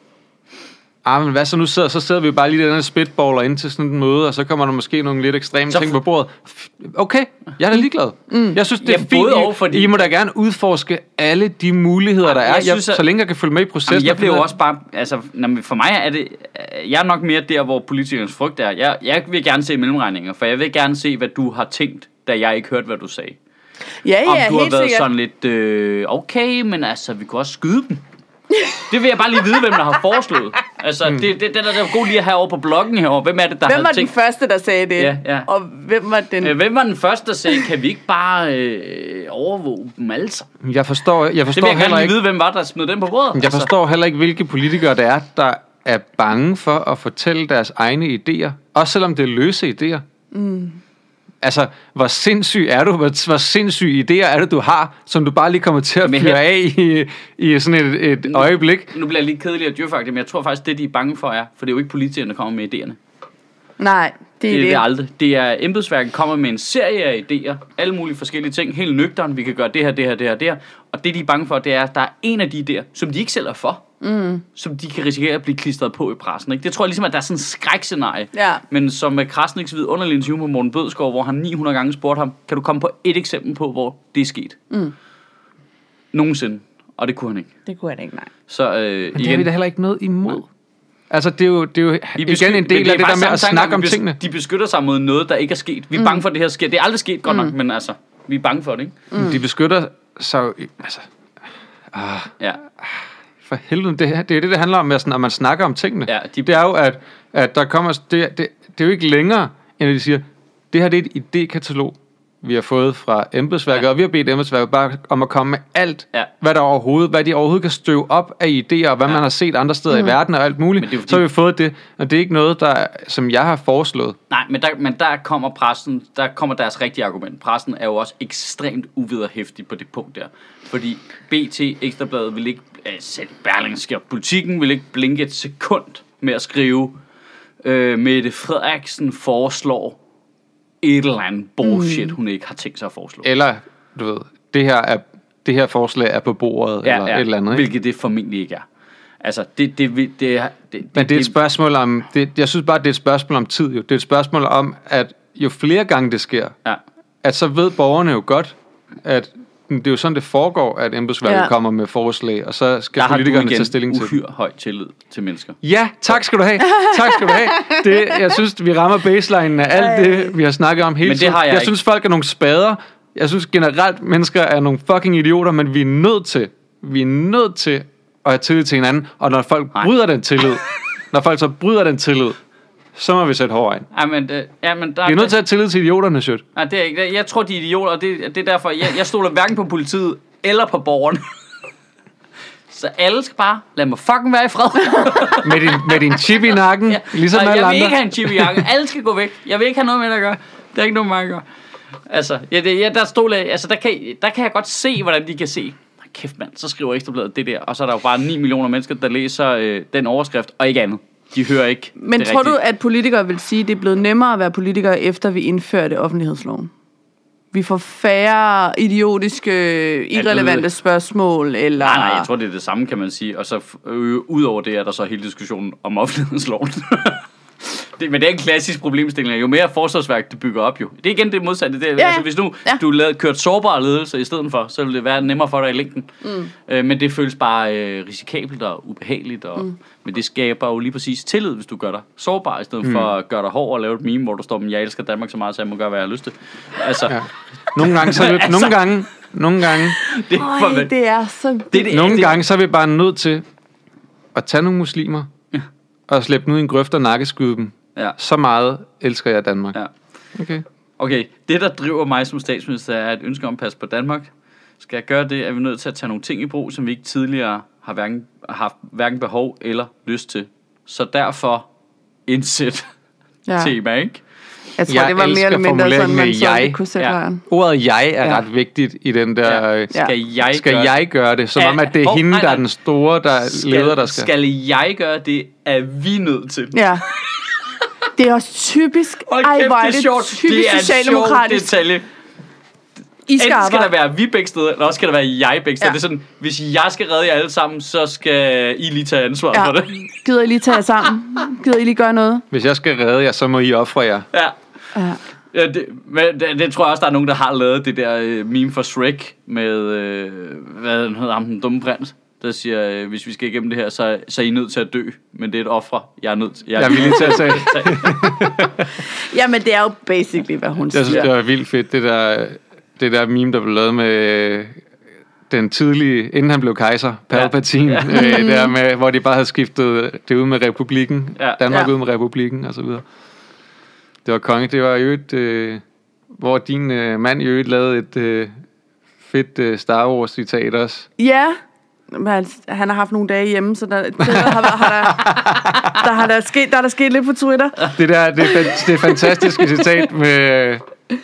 Ah, men hvad så nu sidder, så sidder vi jo bare lige der spitballer ind til sådan en møde, og så kommer der måske nogle lidt ekstreme så ting på bordet. Okay, jeg er da ligeglad. Mm. Jeg synes, det er fint. I, fordi... I må da gerne udforske alle de muligheder, der er, jeg synes, jeg, så længe jeg kan følge med i processen. Jamen, jeg bliver jo også bare, altså, for mig er det, jeg er nok mere der, hvor politikernes frygt er. Jeg, jeg vil gerne se mellemregninger, for jeg vil gerne se, hvad du har tænkt, da jeg ikke hørte, hvad du sagde. Ja, ja, Om du helt har været sikkert. sådan lidt, øh, okay, men altså, vi kunne også skyde dem. Det vil jeg bare lige vide, hvem der har foreslået. Altså, mm. det, det, det er god lige at have over på bloggen herovre. Hvem er det, der hvem har tænkt... Hvem var den første, der sagde det? Ja, ja. Og hvem var den... Hvem var den første, der sagde, kan vi ikke bare øh, overvåge dem alle sammen? Jeg forstår, jeg forstår det vil jeg heller gerne ikke... vide, hvem var der smed den på bordet. Jeg altså. forstår heller ikke, hvilke politikere det er, der er bange for at fortælle deres egne idéer. Også selvom det er løse idéer. Mm. Altså, hvor sindssyg er du? Hvor, hvor sindssyge idéer er det, du har, som du bare lige kommer til at fyre af i, i sådan et, et nu, øjeblik? Nu bliver jeg lidt kedelig og dyrfagtig, men jeg tror faktisk, det de er bange for er, for det er jo ikke politikerne, der kommer med idéerne. Nej, det er det. Det er det aldrig. Det er embedsværket kommer med en serie af idéer, alle mulige forskellige ting, helt nøgteren, vi kan gøre det her, det her, det her, det her. Og det de er bange for, det er, at der er en af de idéer, som de ikke selv er for, mm. som de kan risikere at blive klistret på i pressen. Ikke? Det tror jeg ligesom, at der er sådan en skrækscenarie. Ja. Men som med Krasniks vidunderlige interview med Morten Bødskov, hvor han ni hundrede gange spurgte ham, kan du komme på et eksempel på, hvor det er sket? Mm. Nogensinde. Og det kunne han ikke. Det kunne han ikke, nej. Så, øh, Men det har vi da heller ikke noget imod. Nej. Altså, det er jo, det er jo igen en del af det der med at snakke om tingene. De beskytter sig mod noget, der ikke er sket. Vi er mm. bange for, at det her sker. Det er aldrig sket godt mm. nok, men altså, vi er bange for det, ikke? Mm. De beskytter sig jo, altså... Ah, ja. For helvede, det, det er det, det handler om, når man snakker om tingene. Ja, de... Det er jo, at, at der kommer... Det, det, det er jo ikke længere, end at de siger, det her det er et idékatalog, vi har fået fra embedsværket, ja. og vi har bedt embedsværket bare om at komme med alt, ja. hvad der overhovedet, hvad de overhovedet kan støve op af idéer, og hvad ja. man har set andre steder mm. i verden og alt muligt. Fordi... Så har vi fået det, og det er ikke noget, der, som jeg har foreslået. Nej, men der, men der kommer pressen, der kommer deres rigtige argument. Pressen er jo også ekstremt uvederhæftig på det punkt der. Fordi B T, Ekstrabladet, vil ikke, øh, selv Berlingske og Politikken vil ikke blinke et sekund med at skrive, øh, Mette Frederiksen foreslår et eller andet bullshit, mm. hun ikke har tænkt sig at foreslå. Eller, du ved, det her, er, det her forslag er på bordet, ja, eller ja, et eller andet. Ikke? Hvilket det formentlig ikke er. Altså, det, det, det, det, det, det Men det er et spørgsmål om, det, jeg synes bare, det er et spørgsmål om tid, jo. Det er et spørgsmål om, at jo flere gange det sker, ja. at så ved borgerne jo godt, at det er jo sådan, det foregår, at embedsværket ja. kommer med forslag, og så skal der politikerne tage stilling til. Der har du igen uhyre høj tillid til mennesker. Ja, tak skal du have. Tak skal du have. Det, jeg synes, vi rammer baselinen af alt det, vi har snakket om hele tiden. Jeg, jeg synes, folk er nogle spader. Jeg synes generelt, mennesker er nogle fucking idioter, men vi er nødt til, vi er nødt til at have tillid til hinanden, og når folk Nej. bryder den tillid, når folk så bryder den tillid, så må vi sætte hård ind. Ja, men, øh, ja, men der, vi er nødt til at have tillid til idioterne, shit. Nej, det er ikke. Jeg tror, de er idioter, og det, det er derfor, jeg, jeg stoler hverken på politiet eller på borgerne. Så alle skal bare lade mig fucking være i fred. med, din, med din chip i nakken, ja. ligesom alle andre. Jeg vil ikke have en chip i nakken. Alle skal gå væk. Jeg vil ikke have noget med det at gøre. Det er ikke noget med at gøre. Altså, ja, det, ja, der, stod, altså der, kan, der kan jeg godt se, hvordan de kan se. Kæft mand, så skriver Ekstrabladet det der. Og så er der jo bare ni millioner mennesker, der læser øh, den overskrift, og ikke andet. De hører ikke. Men tror rigtigt. Du, at politikere vil sige, at det er blevet nemmere at være politikere, efter vi indførte offentlighedsloven? vi får færre idiotiske, irrelevante spørgsmål, eller... Nej, nej, jeg tror, det er det samme, kan man sige. Og så øh, ud over det er der så hele diskussionen om offentlighedsloven. Det, men det er en klassisk problemstilling. Jo mere forsvarsværk det bygger op, jo. Det er igen det modsatte. Det er, ja, altså, hvis nu ja. du lavede, kørt sårbare ledelser i stedet for, så ville det være nemmere for dig i længden. Mm. Øh, men det føles bare øh, risikabelt og ubehageligt. Og, mm. Men det skaber jo lige præcis tillid, hvis du gør dig sårbar, i stedet mm. for at gøre dig hård og lave et meme, hvor der står, jeg elsker Danmark så meget, så jeg må gøre, hvad jeg har lyst til. Altså, ja. Nogle gange, så altså, nogle gange, nogle gange, det, Øj, det er så... Det, det, nogle det, gange, så er vi bare nødt til at tage nogle muslimer ja. og slæbe dem ud i en grøft og nakkeskyde dem. Ja. Så meget elsker jeg Danmark. Ja. Okay. Okay, det der driver mig som statsminister er et ønske om at passe på Danmark. Skal jeg gøre det, er vi nødt til at tage nogle ting i brug, som vi ikke tidligere har hverken, haft hverken behov eller lyst til. Så derfor indsæt ja. tema, ikke? Jeg tror, jeg det var mere eller mindre sådan, man så jeg. kunne sætte ja. Ordet jeg er ja. ret vigtigt i den der... Ja. Skal jeg, skal gøre, jeg gøre det? Som om, at det er oh, hende, nej, nej. der er den store, der skal, leder, der skal... Skal jeg gøre det, er vi nødt til. Ja. Det er også typisk... Ej, kæft, hvor er det sjovt. typisk det er socialdemokratisk. Det detalje. I skal Enten skal arbejde. der være vi begge steder, eller også skal der være jeg begge steder. Ja. Det er sådan, hvis jeg skal redde jer alle sammen, så skal I lige tage ansvar ja. for det. Gider I lige tage jer sammen? Gider I lige gøre noget? Hvis jeg skal redde jer, så må I ofre jer. Ja. Ja. Ja, det, men det, det tror jeg også, der er nogen, der har lavet det der uh, meme for Shrek med, uh, hvad hedder ham, den dumme prins, der siger, uh, hvis vi skal igennem det her, så, så er I nødt til at dø, men det er et offer. Jeg er nødt til. Jeg, jeg er villig til at tage. Jamen, det er jo basically, hvad hun siger. Jeg synes, det var vildt fedt, det der, det der meme, der blev lavet med den tidlige, inden han blev kejser, Palpatine, ja. Ja. Øh, der med, hvor de bare havde skiftet det ud med republikken, ja. Danmark ja. ud med republikken, og så videre. Det var konge. Det var jo et, øh, hvor din øh, mand jo lavede et øh, fedt øh, Star Wars citat også. Ja, men han har haft nogle dage hjemme, så der, der, har, har der, der, har der, sket, der er der sket lidt på Twitter. Det der, det, det er fantastiske citat med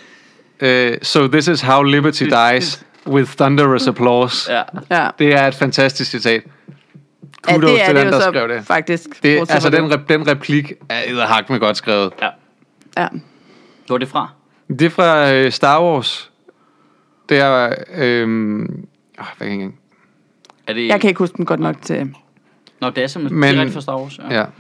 øh, So this is how liberty dies with thunderous applause. Ja. Ja. Det er et fantastisk citat. Kudos ja, det er, til den, der skrev det. Faktisk. Det, altså den, den replik er edderhak med godt skrevet. Ja. Ja. Hvor er det fra? Det er fra øh, Star Wars. Det er... Øh, øh, hvad kan jeg er det... Jeg kan ikke huske den godt nok til... Nå, det er simpelthen Men, direkte fra Star Wars. Ja. ja.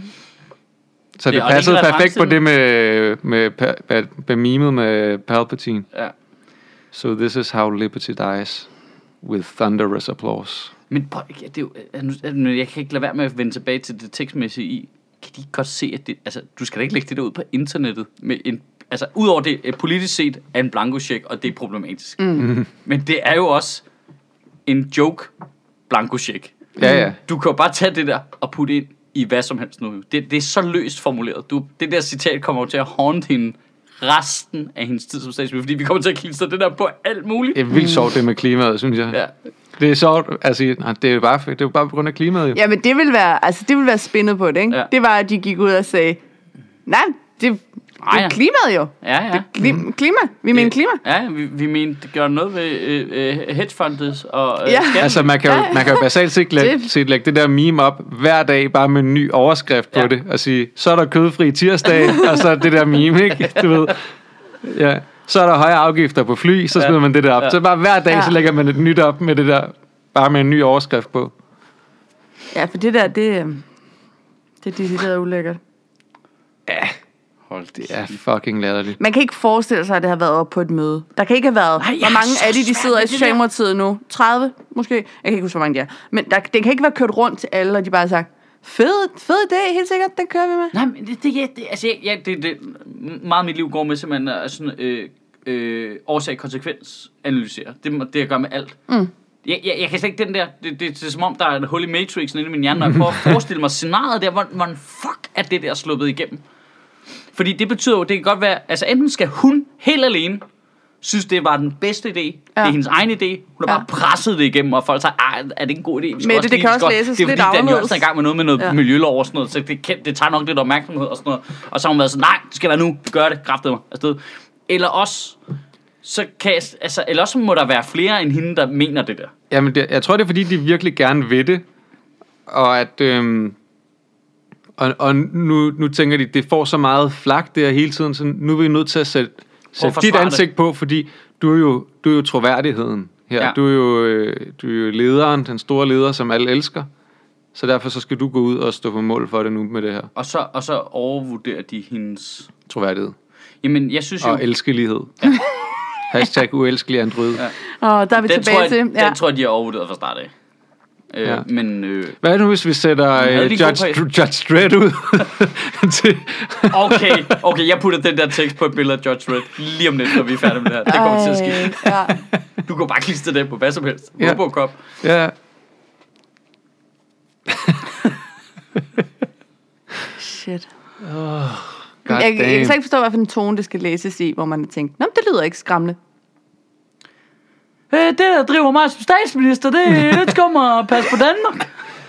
Så det, det passede perfekt på det med, med, med, med memet med Palpatine. Ja. So this is how liberty dies with thunderous applause. Men det er jo, jeg kan ikke lade være med at vende tilbage til det tekstmæssige i. Kan de ikke godt se, at det, altså, du skal da ikke lægge det der ud på internettet med en, altså, udover det politisk set er en blankocheck, og det er problematisk. Mm. Men det er jo også en joke blankocheck. Ja, ja. Du kan jo bare tage det der og putte ind i hvad som helst nu. Det, det er så løst formuleret. Du, det der citat kommer jo til at haunt hende resten af hendes tid som statsminister, fordi vi kommer til at klistre det der på alt muligt. Det er vildt sjovt det med klimaet, synes jeg. Ja. Det er sjovt at sige, nej, det er jo bare, det er jo bare på grund af klimaet. Jo. Ja, men det vil være, altså det vil være spændet på det, ikke? Ja. Det var, at de gik ud og sagde, nej, det, det er ja. klimaet jo. Ja, ja. Det er klim, klima. Vi det, mener klima. Ja, vi, vi mener, det gør noget ved øh, øh, hedgefondes og øh, ja. Altså, man kan jo, ja. man kan jo basalt set lægge, set lægge det der meme op hver dag, bare med en ny overskrift på ja. det, og sige, så er der kødfri tirsdag, og så er det der meme, ikke? Du ved. Ja. Så er der høje afgifter på fly, så smider ja. man det der op. Ja. Så bare hver dag, ja. så lægger man et nyt op med det der, bare med en ny overskrift på. Ja, for det der, det, det er decideret ulækkert. Ja, hold det er fucking latterligt. Man kan ikke forestille sig, at det har været oppe på et møde. Der kan ikke have været, nej, hvor mange af de, de sidder i Socialdemokratiet nu? tredive måske? Jeg kan ikke huske, hvor mange de er. Men der, det kan ikke være kørt rundt til alle, og de bare har sagt, fed, fed idé, helt sikkert, den kører vi med. Nej, men det, det, det, det altså, ja, det, det, meget af mit liv går med simpelthen at sådan, øh, øh, årsag-konsekvens analysere. Det, det jeg gør med alt. Mm. Jeg, jeg, jeg kan slet ikke den der, det, det, det er som om, der er et hul i Matrixen inde i min hjerne, når jeg prøver at forestille mig scenariet der, hvordan, hvordan fuck er det der sluppet igennem? Fordi det betyder jo, det kan godt være, altså enten skal hun helt alene synes, det var den bedste idé. Ja. Det er hendes egen idé. Hun har ja. bare presset det igennem, og folk siger, er det ikke en god idé? Men det, det kan også læses lidt anderledes. Det er fordi, Dan Jørgensen er i gang med noget med noget ja. miljølov og sådan noget, så det, det tager nok lidt opmærksomhed og sådan noget. Og så har hun været sådan, nej, det skal være nu, gør det, kræftet mig afsted. Eller også, så kan jeg, altså, eller også må der være flere end hende, der mener det der. Jamen, det, jeg tror, det er fordi, de virkelig gerne vil det, og at... Øhm Og, og nu, nu tænker de, det får så meget flak der hele tiden, så nu er vi nødt til at sætte, sætte dit ansigt det. på, fordi du er jo, du er jo troværdigheden her. Ja. Du, er jo, øh, du er jo lederen, den store leder, som alle elsker. Så derfor så skal du gå ud og stå på mål for det nu med det her. Og så, og så overvurderer de hendes... Troværdighed. Jamen, jeg synes jo... Og elskelighed. Ja. Hashtag uelskelig android. Ja. Og der er vi den tilbage tror jeg, til. Ja. Den tror jeg, de har overvurderet fra start af. Øh, Ja. Men... Øh, Hvad er det nu, hvis vi sætter øh, Judge, Judge Dredd ud? til okay, okay, jeg putter den der tekst på et billede af Judge Dredd lige om lidt, når vi er færdige med det her. Det kommer til at ske. Ja. Du kan bare klistre det på hvad som helst. Ja. Robocop. Ja. Shit. God Jeg, jeg, jeg kan damn. slet ikke forstå, hvad for en tone det skal læses i, hvor man har tænkt, nå, det lyder ikke skræmmende. Øh, det, der driver mig som statsminister, det, det kommer at passe på Danmark.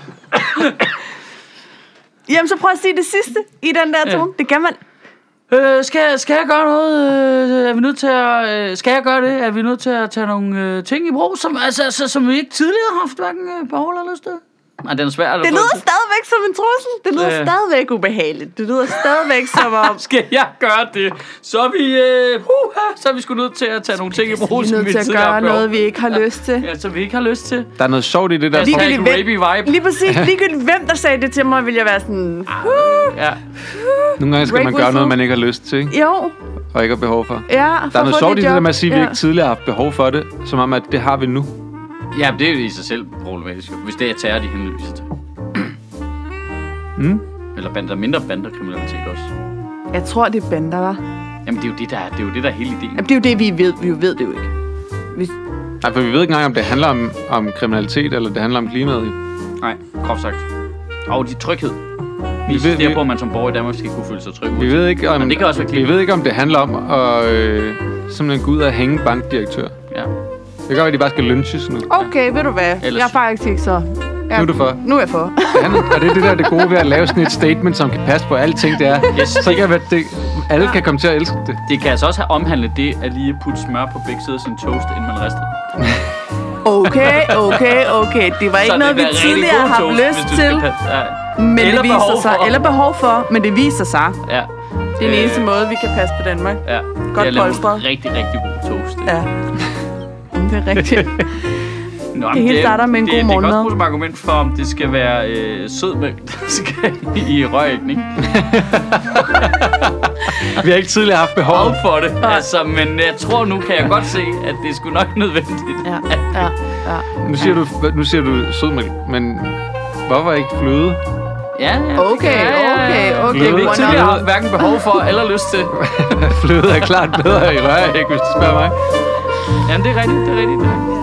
Jamen, så prøv at sige det sidste i den der tone. Ja. Det kan man. Øh, skal, skal jeg gøre noget? Øh, er vi nødt til at... Øh, skal jeg gøre det? Er vi nødt til at tage nogle øh, ting i brug, som, altså, altså, som vi ikke tidligere har haft hverken øh, behov eller lyst til? Nej, den er svær. Det lyder stadigvæk som en trussel. Det lyder Øh. stadigvæk ubehageligt. Det lyder stadigvæk som om... Skal jeg gøre det? Så er vi... Øh, uh, så er vi sgu nødt til at tage nogle ting i brug, Vi er som nødt vi til at tidligere har gøre behov. noget, vi ikke har lyst til. Ja, som vi ikke har lyst til. Der er noget sjovt i det der. Hashtag Ligegyldigt hvem- rapey vibe. Lige præcis. Ligegyldigt hvem, der sagde det til mig, vil jeg være sådan... Ja. Nogle gange skal Break man gøre whistle. noget, man ikke har lyst til, ikke? Jo, Og ikke har behov for. ja. Der er noget sjovt i det der med at sige, at vi ikke tidligere har haft behov for det, som om, at det har vi nu. Ja, det er jo i sig selv problematisk. jo. Hvis det er terror, de henviser til. Mm? Eller bander, mindre banderkriminalitet også. Jeg tror, det er bander, var. Jamen, det er jo det, der er, det er, jo det, der er hele ideen. Jamen, det er jo det, vi ved. Vi ved det jo ikke. Vi... Nej, for vi ved ikke engang, om det handler om, om kriminalitet, eller det handler om klimaet. Nej, groft sagt. Og de tryghed. Vi Vi ved- insisterer vi- på, at man som borger i Danmark skal kunne føle sig tryg. Vi ved ikke, om, Men det kan også være vi klima. ved ikke, om det handler om at øh, simpelthen gå ud og hænge bankdirektør. Ja. Det kan godt være, at de bare skal lynches nu. Okay, ved du hvad? Ellers- Jeg er faktisk ikke så... Jeg... Nu er du for. Nu er jeg for. Det handler, og det er det der det gode ved at lave sådan et statement, som kan passe på alting, det er. Yes. Så kan det, det, alle kan komme til at elske det. Det kan altså også have omhandlet det, at lige putte smør på begge sider af sin toast, inden man rister. Okay, okay, okay. Det var ikke Så noget, det vi bliver rigtig tidligere god har toast, haft lyst hvis du skal til. passe- Ja. Men Eller det viser behov sig. for. Eller behov for. Men det viser sig. Ja. Det er den Øh, eneste måde, vi kan passe på Danmark. Ja. Godt Jeg laver polstret. rigtig, rigtig god toast. Ja. Det er rigtigt. Nå, Det hele starter med en det, god det, det kan også morgenmad. bruges som argument for, om det skal være øh, sødmælk, der skal i røræggen, ikke? Vi har ikke tidligere haft behov. Behov for det. Altså, men jeg tror nu, kan jeg godt se, at det er sgu nok nødvendigt. Ja, ja, ja. Nu siger du, nu siger du sødmælk, men hvorfor ikke fløde? Ja, ja. Okay, okay, okay. Det har vi ikke One tidligere up. haft hverken behov for eller lyst til. Fløde er klart bedre i røræg, hvis du spørger mig. Jamen, det er rigtigt, det er rigtigt. Det er rigtigt.